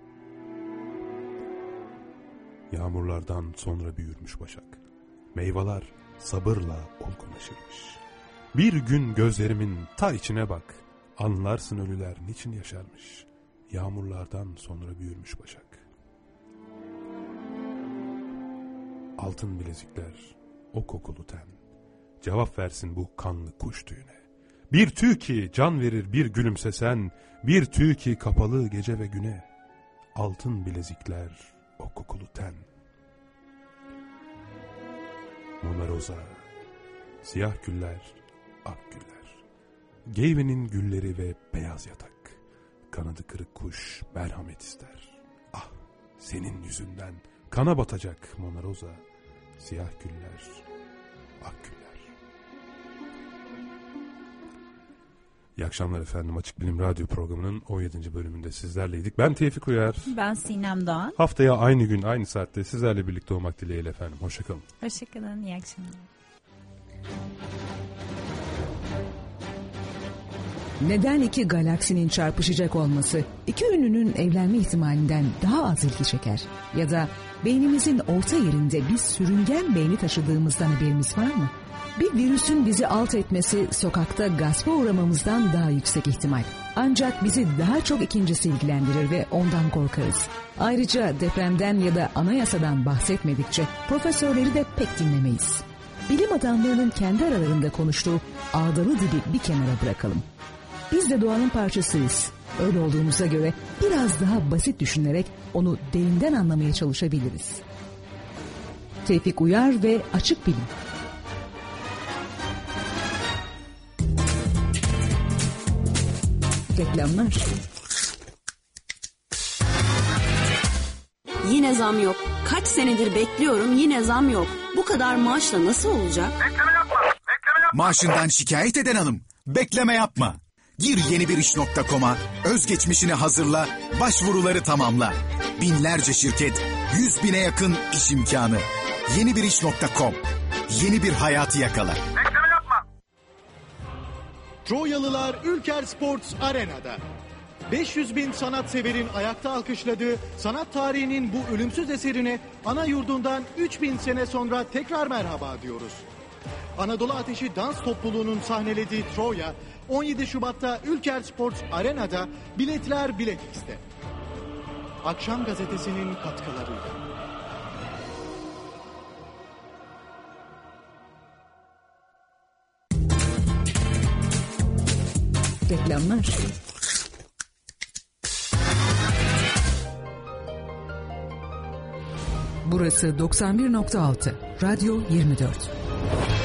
Yağmurlardan sonra büyürmüş başak, meyveler sabırla olgunlaşırmış. Bir gün gözlerimin ta içine bak, anlarsın ölüler niçin yaşarmış. Yağmurlardan sonra büyürmüş başak. Altın bilezikler, o kokulu ten, cevap versin bu kanlı kuş tüyüne. Bir tüy ki can verir bir gülümsesen, bir tüy ki kapalı gece ve güne. Altın bilezikler, o kokulu ten. Mona Rosa, siyah güller, ak güller. Geyvenin gülleri ve beyaz yatak. Kanadı kırık kuş merhamet ister. Ah, senin yüzünden kana batacak Mona Rosa. Siyah güller, ak güller. İyi akşamlar efendim. Açık Bilim Radyo programının 17. bölümünde sizlerleydik. Ben Tevfik Uyar. Ben Sinem Doğan. Haftaya aynı gün, aynı saatte sizlerle birlikte olmak dileğiyle efendim. Hoşçakalın. Hoşçakalın. İyi akşamlar. Neden iki galaksinin çarpışacak olması iki ünlünün evlenme ihtimalinden daha az ilgi çeker? Ya da beynimizin orta yerinde bir sürüngen beyni taşıdığımızdan haberimiz var mı? Bir virüsün bizi alt etmesi sokakta gaspa uğramamızdan daha yüksek ihtimal. Ancak bizi daha çok ikincisi ilgilendirir ve ondan korkarız. Ayrıca depremden ya da anayasadan bahsetmedikçe profesörleri de pek dinlemeyiz. Bilim adamlarının kendi aralarında konuştuğu ağdalı dili bir kenara bırakalım. Biz de doğanın parçasıyız. Öyle olduğumuza göre biraz daha basit düşünerek onu derinden anlamaya çalışabiliriz. Tevfik Uyar ve Açık Bilim. Reklamlar. Yine zam yok. Kaç senedir bekliyorum, yine zam yok. Bu kadar maaşla nasıl olacak? Bekleme yapma. Maaşından şikayet eden hanım. Bekleme yapma. Gir yenibiriş.com'a, özgeçmişini hazırla, başvuruları tamamla. Binlerce şirket, 100.000'e yakın iş imkanı. Yenibiriş.com. Yeni bir hayatı yakala. Bekleme yapma. Troyalılar Ülker Sports Arena'da. 500.000 sanatseverin ayakta alkışladığı sanat tarihinin bu ölümsüz eserine ana yurdundan 3.000 sene sonra tekrar merhaba diyoruz. Anadolu Ateşi dans topluluğunun sahnelediği Troya, 17 Şubat'ta Ülker Sports Arena'da, biletler Bilet X'te. Akşam Gazetesi'nin katkılarıyla. Reklamlar. Burası 91.6 Radyo 24.